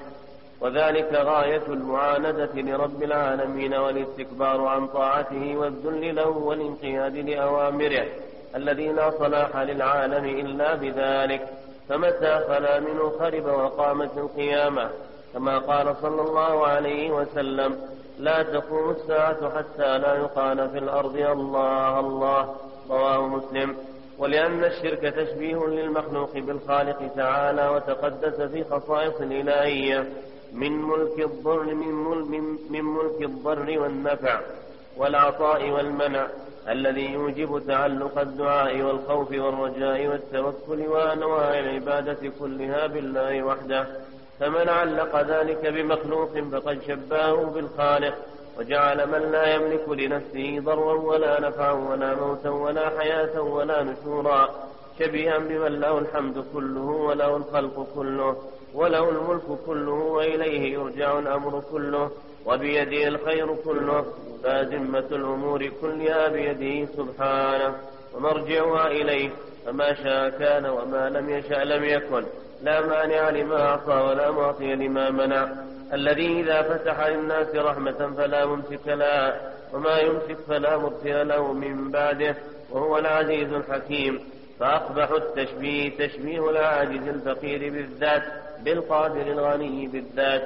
وذلك غاية المعاندة لرب العالمين والاستكبار عن طاعته والذل له والانقياد لأوامره الذي لا صلاح للعالم إلا بذلك، فمتى خلا منه خرب وقامت القيامة، كما قال صلى الله عليه وسلم: لا تقوم الساعة حتى لا يقال في الأرض الله الله، رواه مسلم. ولأن الشرك تشبيه للمخلوق بالخالق تعالى وتقدس في خصائص الإلهية من ملك الضر من, مل من ملك الضر والنفع والعطاء والمنع الذي يوجب تعلق الدعاء والخوف والرجاء والتوكل وأنواع العبادة كلها بالله وحده، فمن علق ذلك بمخلوق فقد شبهه بالخالق وجعل من لا يملك لنفسه ضرا ولا نفعا ولا موتا ولا حياة ولا نشورا شبيها بمن له الحمد كله وله الخلق كله وله الملك كله وإليه يرجع الأمر كله وبيده الخير كله، فأزمة الأمور كلها بيده سبحانه ومرجعها إليه، فما شاء كان وما لم يشأ لم يكن، لا مانع لما أعطى ولا معطي لما منع، الذي إذا فتح للناس رحمة فلا ممسك لها وما يمسك فلا مرسل له من بعده، وهو العزيز الحكيم. فأقبح التشبيه تشبيه العاجز الفقير بالذات بالقادر الغني بالذات.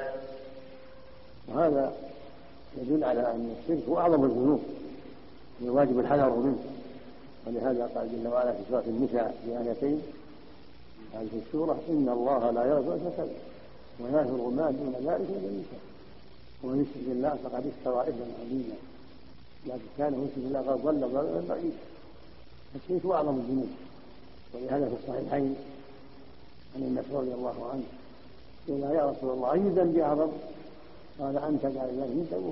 وهذا يدل على أن الشرك هو أعظم الذنوب الواجب الحذر منه، ولهذا قال جل وعلا في سورة النساء في آيتين هذه السورة: إن الله لا يغفر أن يشرك ويغفر ما دون ذلك لمن يشاء ومن يشرك بالله فقد افترى إثما عظيما، لكن كان يشرك بالله قد ضل ضلالا بعيدا. الشرك هو أعظم الذنوب، ولهذا في الصحيحين عن النبي رضي الله عنه: قيل يا رسول الله أي ذنب أعظم؟ قال: أنت قال الله أنت وهو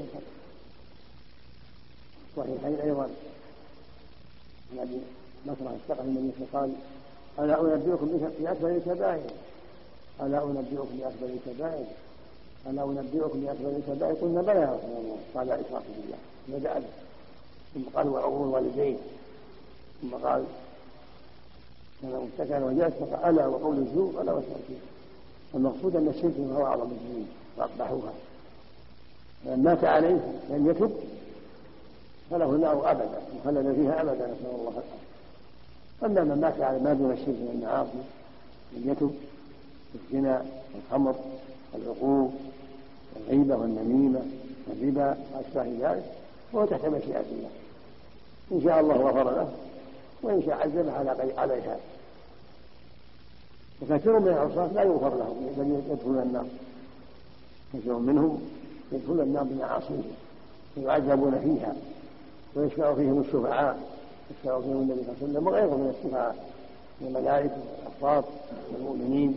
الصحيحين أيضا عن أبي بكر استقبل النبي قال: ألا أنبئكم بأكبر الكبائر ألا أنبئكم بأكبر الكبائر ألا أنبئكم بأكبر الكبائر؟ قلنا: بلى يا رسول الله. قال: الإشراك بالله. بدأ به، ثم قال: وعقوق الوالدين، ثم قال: أنا متكئا وجلس، فقال: ألا وقول الزور ألا والشرك. المقصود أن الشرك هو أعظم الذنوب وأقبحها، فمن مات عليه لم يتب فله النار أبدا مخلدا فيها أبدا، نسأل الله العافية. أما من مات على ما دون الشرك من المعاصي لم يتب، الزنا والخمر والعقوق والغيبة والنميمة والربا وأشباه ذلك، وهو تحت مشيئة الله، إن شاء الله غفر له وإن شاء عذبه عليها. وكثير من العصاة لا يغفر لهم بل يدخلون النار، كثير منهم يدخلون النار بمعاصيهم ويعذبون فيها ويشفع فيهم الشفعاء، يشفع فيهم النبي صلى الله عليه وسلم وغيره من الشفعاء من الملائكة والأصحاب والمؤمنين.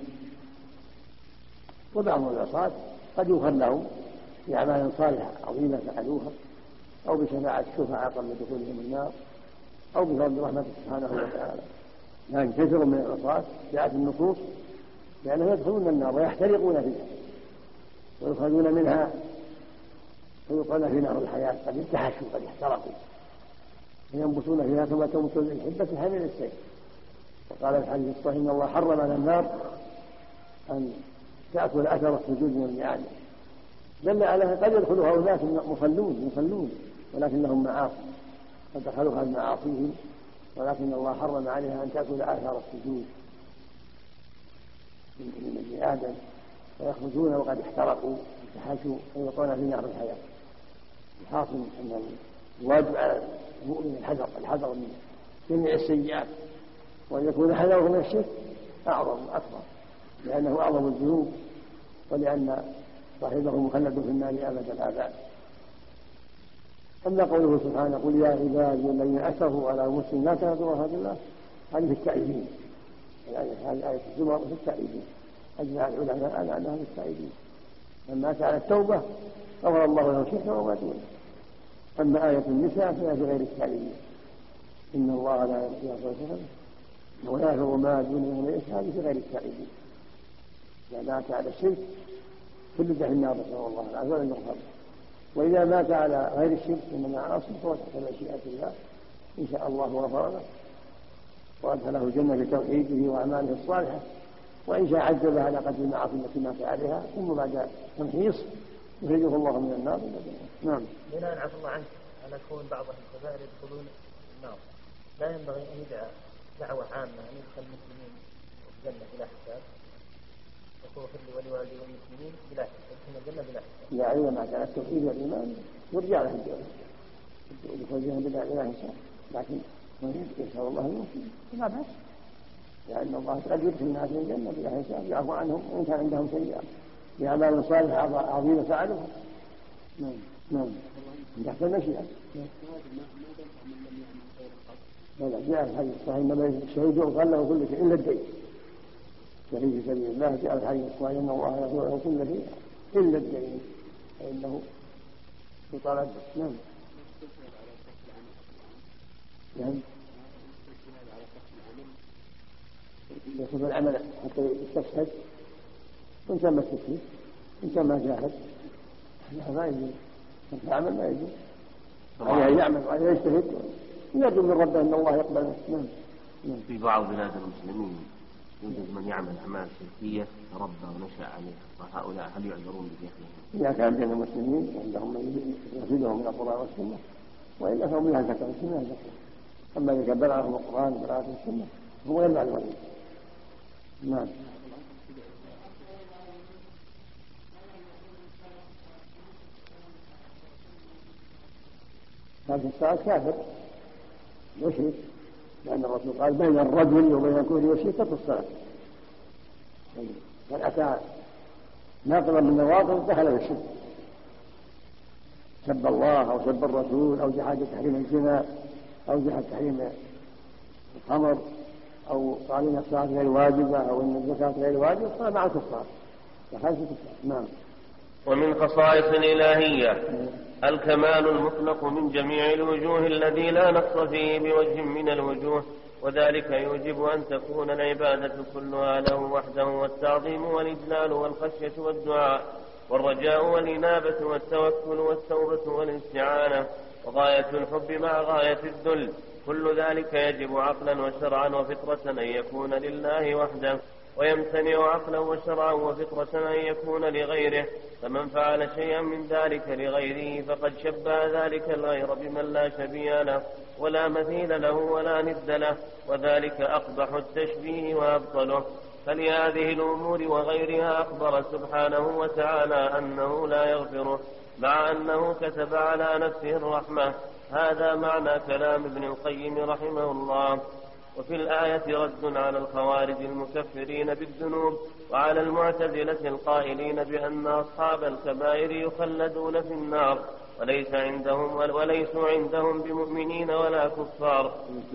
وبعض العصاة قد يغفر لهم بأعمال صالحة عظيمة فعلوها، أو بشفاعة الشفعاء قبل دخولهم النار، أو بفضل رحمته سبحانه وتعالى. لكن كثير من العصاة جاءت النصوص بأنهم يدخلون النار ويحترقون فيها ويخرجون منها ويلقون في نار الحياة، قد ارتحشوا قد احترقوا وينبتون فيها كما تنبت الحبة حمل السيف. وقال في الحديث الصحيح: إن الله حرم على النار أن تأكل أثر السجود من المعاد. دل على قد يدخلها أناس مصلون مصلون ولكن لهم معاصي قد دخلوها بمعاصيهم، ولكن الله حرم عليها أن تأكل آثار السجود من ابن آدم، ويخرجون وقد احترقوا وتحاشوا ويلقون في نار الحياة. الحاصل أن الواجب على المؤمن الحذر الحذر من جميع السيئات، وأن يكون حذره من الشرك أعظم وأكبر، لأنه أعظم الذنوب، ولأن صاحبه مخلد في النار أبد الآباد. أما قوله سبحانه قل يا عبادي الذين أسرفوا على أنفسهم لا تقنطوا من رحمة الله، هذه في التائبين، يعني هذه آية الزمر في التائبين، أجمع العلماء على أنها في التائبين، من مات على التوبة غفر الله له شركه وما دونه. أما آية النساء فهي في غير التائبين، إن الله لا يغفر الشرك ولا يغفر ما دونه من الإشراك، هذه في غير التائبين. إذا مات على الشرك خلد في النار نسأل الله العافية ولن يغفر. وإذا مات على غير الشرك إنما عاصي فهو تحت مشيئة الله، إن شاء الله غفر له وأدخله الجنة بتوحيده وأعماله الصالحة، وإن شاء عذبه على قدر المعاصي التي مات عليها، ثم بعد تمحيص يخرجه الله من النار. نعم. بناء عفى الله عنك على كون بعض أهل الكبائر يدخلون النار، لا ينبغي أن يدعى دعوة عامة أن يدخل المسلمين الجنة بلا حساب، يقول اغفر لي ولوالدي والمسلمين بلا حساب، يدخلون الجنة بلا حساب. لا، إذا مات على التوحيد والإيمان يرجع له الجنة يدخل الجنة بلا حساب، لكن يسأل الله المسلمين لا بأس، لأن الله قد يدخل الناس من الجنة بلا حساب، يعفو عنهم وإن كان عندهم سيئات بأعمال صالحة عظيمة فعلوها. نعم نعم تحت المشيئة. لا لا، جاء الحديث الصحيح إنما الشهيد يغفر له كل شيء إلا الدين. شهيد في سبيل الله جاء الحديث الصحيح إن الله يغفر له كل شيء إلا الدين فإنه يطالب. نعم نعم يصف العمل حتى يستشهد، وإن كان ما استشهد إن كان ما جاهد ما يجوز، العمل ما يجوز، عليه يعمل وعليه يجتهد يرجو من ربه أن الله يقبله. نعم. في بعض بلاد المسلمين يوجد من يعمل أعمال شركية تربى ونشأ عليها، فهؤلاء هل يعذرون بدخلهم؟ إذا كان بين المسلمين عندهم من يفيدهم من القرآن والسنة، وإلا فهم لا زكاة السنة زكاة. أما إذا كان بلغهم القرآن وبلغهم السنة هو غير معلومين. نعم. هذا الساعة كافر يشرك، لأن الرسول قال بين الرجل وبين الكفر والشرك ترك الصلاة، من أتى ناقضا من نواقض دخل في الشرك، سب الله أو سب الرسول أو جحد تحريم الزنا أو جحد تحريم الخمر أو قال إن الصلاة غير واجبة أو إن الزكاة غير واجبة، صار مع الكفار دخل في الكفار. نعم. ومن خصائص الإلهية الكمال المطلق من جميع الوجوه الذي لا نقص فيه بوجه من الوجوه، وذلك يوجب أن تكون العبادة كلها له وحده، والتعظيم والإجلال والخشية والدعاء والرجاء والإنابة والتوكل والتوبة والاستعانة وغاية الحب مع غاية الذل، كل ذلك يجب عقلا وشرعا وفطرة أن يكون لله وحده، ويمتنع عقلا وشرعا وفطرة أن يكون لغيره، فمن فعل شيئا من ذلك لغيره فقد شبه ذلك الغير بمن لا شبيه له ولا مثيل له ولا ند له، وذلك أقبح التشبيه وأبطله. فلهذه الأمور وغيرها أخبر سبحانه وتعالى أنه لا يغفره، مع أنه كتب على نفسه الرحمة. هذا معنى كلام ابن القيم رحمه الله. وفي الآية رد على الخوارج المكفرين بالذنوب وعلى المعتزلة القائلين بأن أصحاب الكبائر يخلدون في النار وليس عندهم وليسوا عندهم بمؤمنين ولا كفار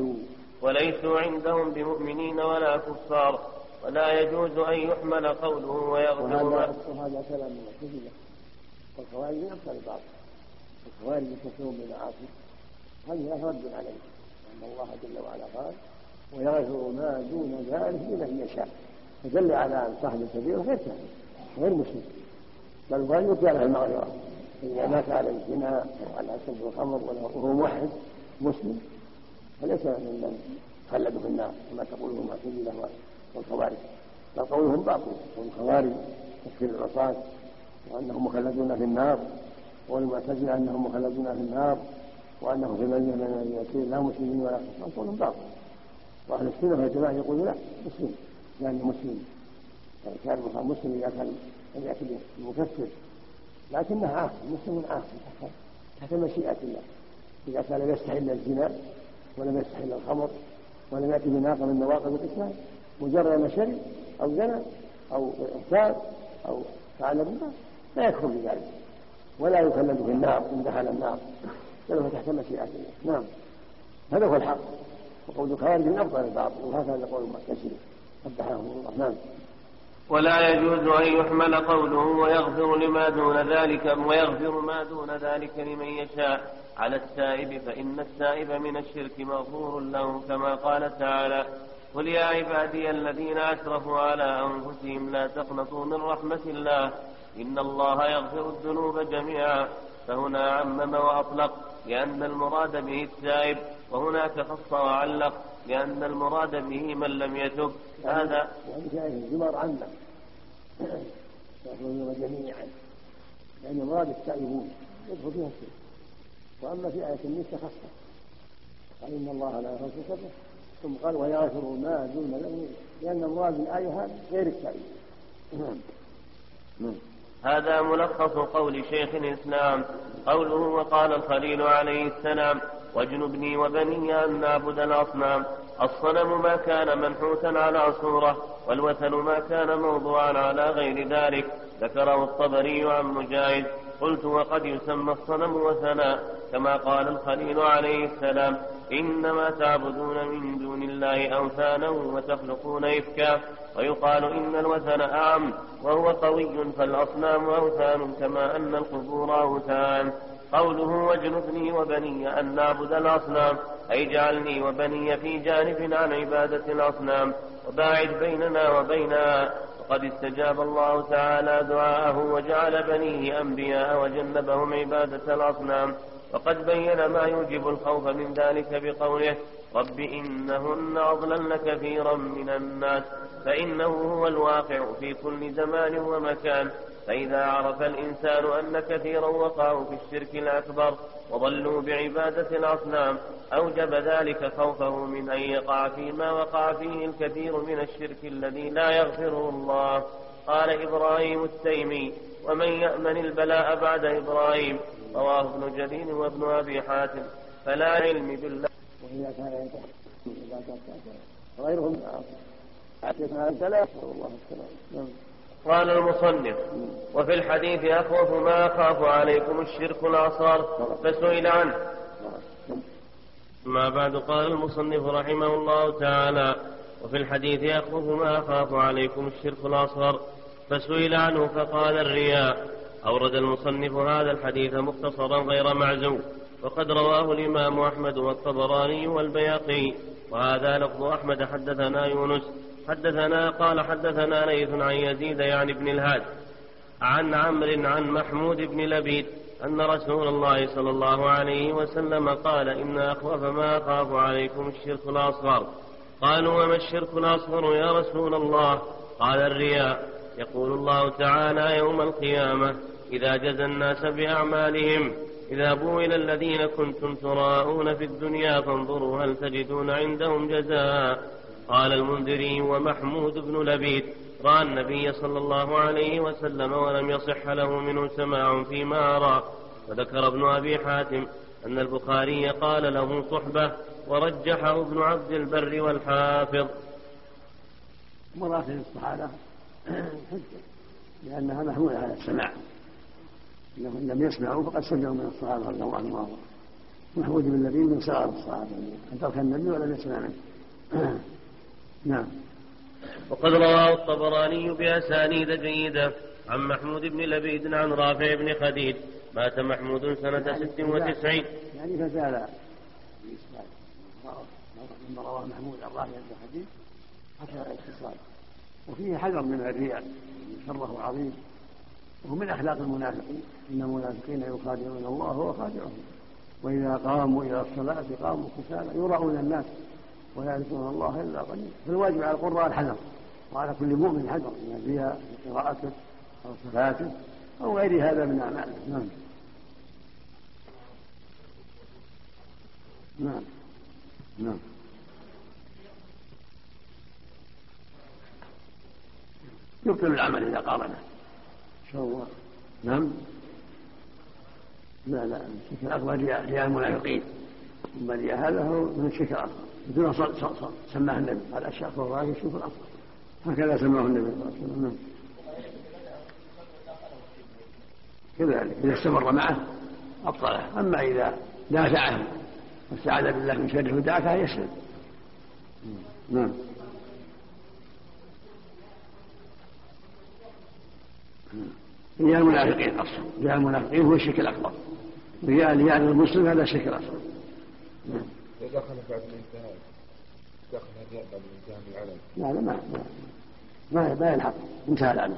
وليسوا عندهم بمؤمنين ولا كفار ولا يجوز أن يحمل قوله ويغفر. وهذا كلام المعتزلة والخوارج من أكثر البعض. الخوارج يكفرون بالمعاصي، هذه رد عليه، أن الله جل وعلا قال ويغفر ما دون ذلك لمن يشاء، فدل على أن صاحب الكبير غير كافر غير مسلم، بل قال يطلع له المغفرة إذا مات على الزنا أو على شرب الخمر وهو موحد مسلم فليس ممن خلدوا في النار كما تقوله المعتزلة والخوارج، بل قولهم باطل. والخوارج تكفير العصاة وأنهم مخلدون في النار، والمعتزلة أنهم مخلدون في النار وأنهم في المدينة من يسير لا مسلمين ولا كفار، قولهم باطل. وأهل السنة والجماعة يقولون لا مسلم يعني مسلم، يعني كان مسلم إذا كان لم يأتي المكفر لكنه عاصي، مسلم عاصي تحت مشيئة الله، إذا كان لم يستحل الزنا ولم يستحل الخمر ولم يأتي بناقض من نواقض الإسلام، مجرد ما شرب أو زنى أو اغتاب أو فعل بالله لا يكفر بذلك ولا يخلد في النار إن دخل النار بل هو تحت مشيئة الله. نعم هذا هو الحق، وقول الخوارج من أفضل الباطل، وهكذا قول المعتزلة قبحهم الله. نعم. ولا يجوز أن يحمل قوله ويغفر لما دون ذلك ويغفر ما دون ذلك لمن يشاء على التائب، فإن التائب من الشرك مغفور له، كما قال تعالى: قل يا عبادي الذين أسرفوا على أنفسهم لا تقنطوا من رحمة الله إن الله يغفر الذنوب جميعا. فهنا عمم وأطلق لأن المراد به التائب، وهناك خص وعلق لأن المراد به من لم يتب. هذا يعني في آية الزمر عمم يغفر جميعا، لأن المراد التائبون يدخل فيها الشرك. وأما في آية النساء خصه قال إن الله لا يغفر الشرك، ثم قال ويغفر ما دون ذلك، لأن المراد الآية هذه غير التائب. هذا ملخص قول شيخ الإسلام قوله: وقال الخليل عليه السلام: واجنبني وبني أن نعبد الأصنام. الصنم ما كان منحوتا على صورة، والوثن ما كان موضوعا على غير ذلك. ذكره الطبري عن مجاهد. قلت: وقد يسمى الصنم وثنا، كما قال الخليل عليه السلام: إنما تعبدون من دون الله أوثانا وتخلقون إفكا. ويقال إن الوثن أعم وهو قوي، فالأصنام أوثان كما أن القبور أوثان. قوله: واجنبني وبني أن نعبد الأصنام، أي جعلني وبني في جانب عن عبادة الأصنام، وباعد بيننا وبينها. وقد استجاب الله تعالى دعاءه وجعل بنيه أنبياء وجنبهم عبادة الأصنام. وقد بين ما يوجب الخوف من ذلك بقوله: رب إنهن أضللن كثيرا من الناس. فإنه هو الواقع في كل زمان ومكان. فإذا عرف الإنسان أن كثيرا وقعوا في الشرك الأكبر وضلوا بعبادة الأصنام، أوجب ذلك خوفه من أن يقع فيما وقع فيه الكثير من الشرك الذي لا يغفره الله. قال إبراهيم التيمي: ومن يأمن البلاء بعد إبراهيم. رواه ابن جرير وابن أبي حاتم. فلا علم بالله وإذا كان غيرهم لا الله السلام. قال المصنف: وفي الحديث أخوف ما أخاف عليكم الشرك الأصغر، فسئل عنه. ما بعد. قال المصنف رحمه الله تعالى: وفي الحديث أخوف ما أخاف عليكم الشرك الأصغر، فسئل عنه فقال: الرياء. أورد المصنف هذا الحديث مختصرا غير معزو، وقد رواه الإمام أحمد والطبراني والبيهقي. وهذا لفظ أحمد: حدثنا يونس حدثنا قال حدثنا ليث عن يزيد يعني ابن الهاد عن عمرو عن محمود بن لبيد أن رسول الله صلى الله عليه وسلم قال: إن أخوف ما أخاف عليكم الشرك الأصغر. قالوا: وما الشرك الأصغر يا رسول الله؟ قال: الرياء. يقول الله تعالى يوم القيامة: إذا جزى الناس بأعمالهم اذهبوا إلى الذين كنتم تراءون في الدنيا فانظروا هل تجدون عندهم جزاء. قال المنذري: ومحمود بن لبيد رأى النبي صلى الله عليه وسلم ولم يصح له منه سماع فيما أرى. وذكر ابن أبي حاتم أن البخاري قال له صحبة، ورجحه ابن عبد البر والحافظ. مراتب الصحابة حجة لأنها محمولة على السماع، إنهم لم يسمعوا فقد سمعوا من الصحابة رضي الله عنهم. محمود بن لبيد من صغار الصحابة أدرك النبي ولم يسمع منه. نعم. وقد رواه الطبراني بأسانيد جيدة عن محمود بن لبيد عن رافع بن خديج. مات محمود سنة ست وتسعين. يعني فزال الإسلام لما رواه محمود عن رافع بن خديج حصل الاتصال. وفيه حذر من الرياء شره عظيم، وهو من أخلاق المنافقين. إن المنافقين يخادعون الله وهو خادعهم، وإذا قاموا إلى الصلاة قاموا كسالى يراؤون الناس ولا يذكرون الله إلا قليلا. فالواجب على القراء الحذر، وعلى كل مؤمن حذر من الرياء في قراءته أو صلاته أو غير هذا من أعماله. نعم. نعم. نعم. يبطل العمل إذا قارنه إن شاء الله. نعم. لا لا الشرك الأكبر رياء المنافقين، أما رياء هذا هو من الشرك الأصغر بدون سماه النبي قال: الشرك والله الشرك الأصغر، هكذا سماه النبي صلى الله عليه وسلم. كذلك إذا استمر معه أبطله. أما إذا دافعه واستعاذ بالله من شره ودافعه يسلم. نعم. رياء المنافقين أصلا، رياء المنافقين هو الشرك الأكبر، رياء ليعلم المسلم هذا الشرك الأصغر. إذا دخل بعد الانتهاء دخل الرياء بعد الانتهاء بالعلم. لا لا ما ما ما يلحق انتهى العلم.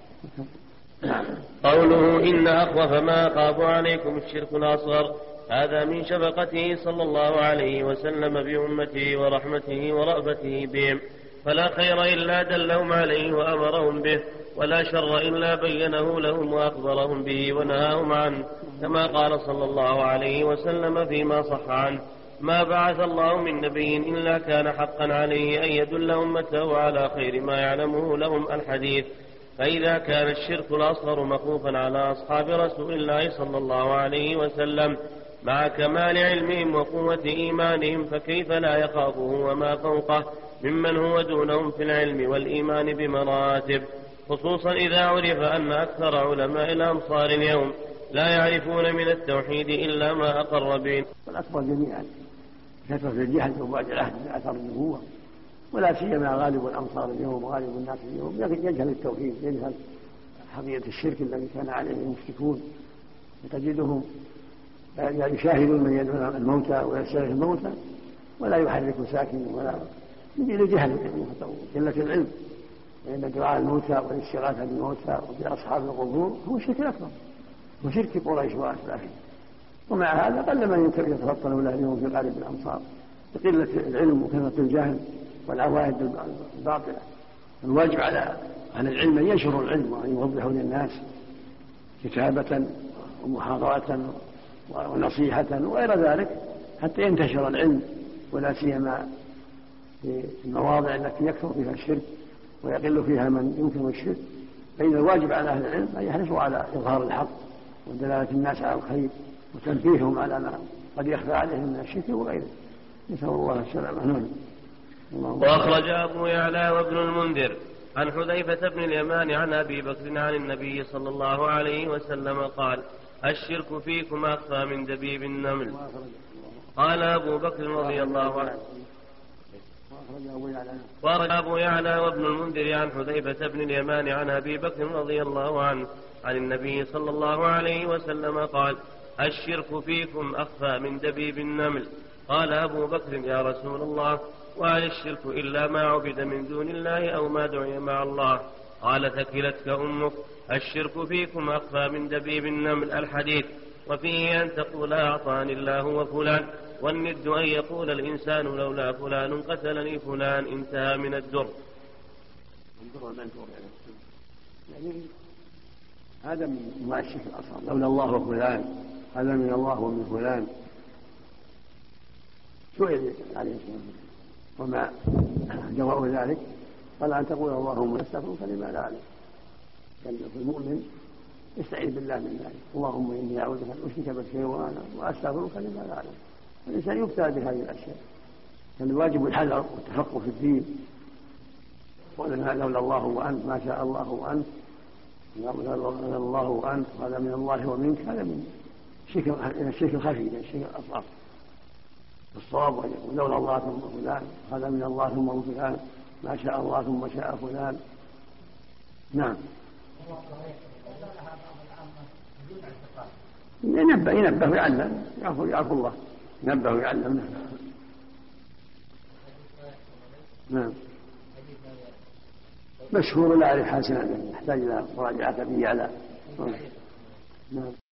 قوله إن أخوف ما أخاف عليكم الشرك الأصغر، هذا من شفقته صلى الله عليه وسلم بأمته ورحمته ورأفته بهم، فلا خير إلا دلهم عليه وأمرهم به، ولا شر إلا بينه لهم وأخبرهم به ونهاهم عنه، كما قال صلى الله عليه وسلم فيما صح عنه: ما بعث الله من نبي إلا كان حقا عليه أن يدل أمته على خير ما يعلمه لهم الحديث. فإذا كان الشرك الأصغر مخوفا على أصحاب رسول الله صلى الله عليه وسلم مع كمال علمهم وقوة إيمانهم، فكيف لا يخافه وما فوقه ممن هو دونهم في العلم والإيمان بمراتب، خصوصا إذا عرف أن أكثر علماء الأمصار اليوم لا يعرفون من التوحيد إلا ما أقر به. والأكبر جميعا كثرة الجهل وبعد العهد بأثر النبوة، ولا سيما غالب الأمصار اليوم وغالب الناس اليوم يجهل التوحيد، يجهل حقيقة الشرك الذي كان عليه المشركون، تجدهم يشاهدون من يدعون الموتى ويستغيث الموتى ولا يحرك ساكن ولا من جهل قلة العلم، لأن دعاء الموتى والاستغاثة بالموتى وبأصحاب القبور هو شرك أكبر وشرك قريش وأسلافهم. ومع هذا قل من يتفطن له اليوم في غالب الأمصار بقلة العلم وكثرة الجهل والعوائد الباطلة. الواجب على أهل العلم أن ينشروا العلم وأن يوضحوا للناس كتابة ومحاضرة ونصيحة وغير ذلك حتى ينتشر العلم، ولا سيما في المواضع التي يكثر فيها الشرك ويقل فيها من يمكن الشرك. فإن الواجب على أهل العلم أن يحرصوا على إظهار الحق ودلالة الناس على الخير وتنبيههم على ما قد يخفى عليهم من الشرك وغيره. نسأل الله السلامة. وأخرج أبو يعلى وابن المنذر عن حذيفة بن اليمان عن أبي بكر عن النبي صلى الله عليه وسلم قال: الشرك فيكم أخفى من دبيب النمل. قال أبو بكر رضي الله عنه: وأخرج أبو يعلى وابن المنذر عن حذيفة بن اليمان عن أبي بكر رضي الله عنه عن النبي صلى الله عليه وسلم قال: الشرك فيكم أخفى من دبيب النمل. قال أبو بكر: يا رسول الله، وهل الشرك إلا ما عبد من دون الله أو ما دعي مع الله؟ قال: ثكلتك أمك، الشرك فيكم أخفى من دبيب النمل. الحديث. وفيه أن تقول أعطاني الله وفلان، والند أن يقول الإنسان لولا فلان قتلني فلان. انتهى من الدر. يعني هذا من انواع الشرك الاصغر، لولا الله وفلان، هذا من الله ومن فلان. سئل عليه الصلاه والسلام وما جواب ذلك؟ قال: ان تقول اللهم استغفرك لما لا اعلم. كان المؤمن يستعيذ بالله من ذلك: اللهم اني اعوذ بك ان اشرك بك وانا واستغفرك لما لا اعلم. الانسان يبتلى بهذه الاشياء، كان الواجب الحذر والتفقه في الدين. قولنا لولا الله وانت، ما شاء الله وانت، لولا الله وانت، هذا من الله ومنك، هذا من الشرك الخفي، من الشرك الاصغر. الصواب ان يقول لولا الله ثم فلان، هذا من الله ثم فلان، ما شاء الله ثم شاء فلان. نعم. ينبه ينبه ويعلم، يعفو يعفو الله، ينبه ويعلم. نعم. مشهور لا أعرف حسنا، يحتاج إلى مراجعة به على. نعم.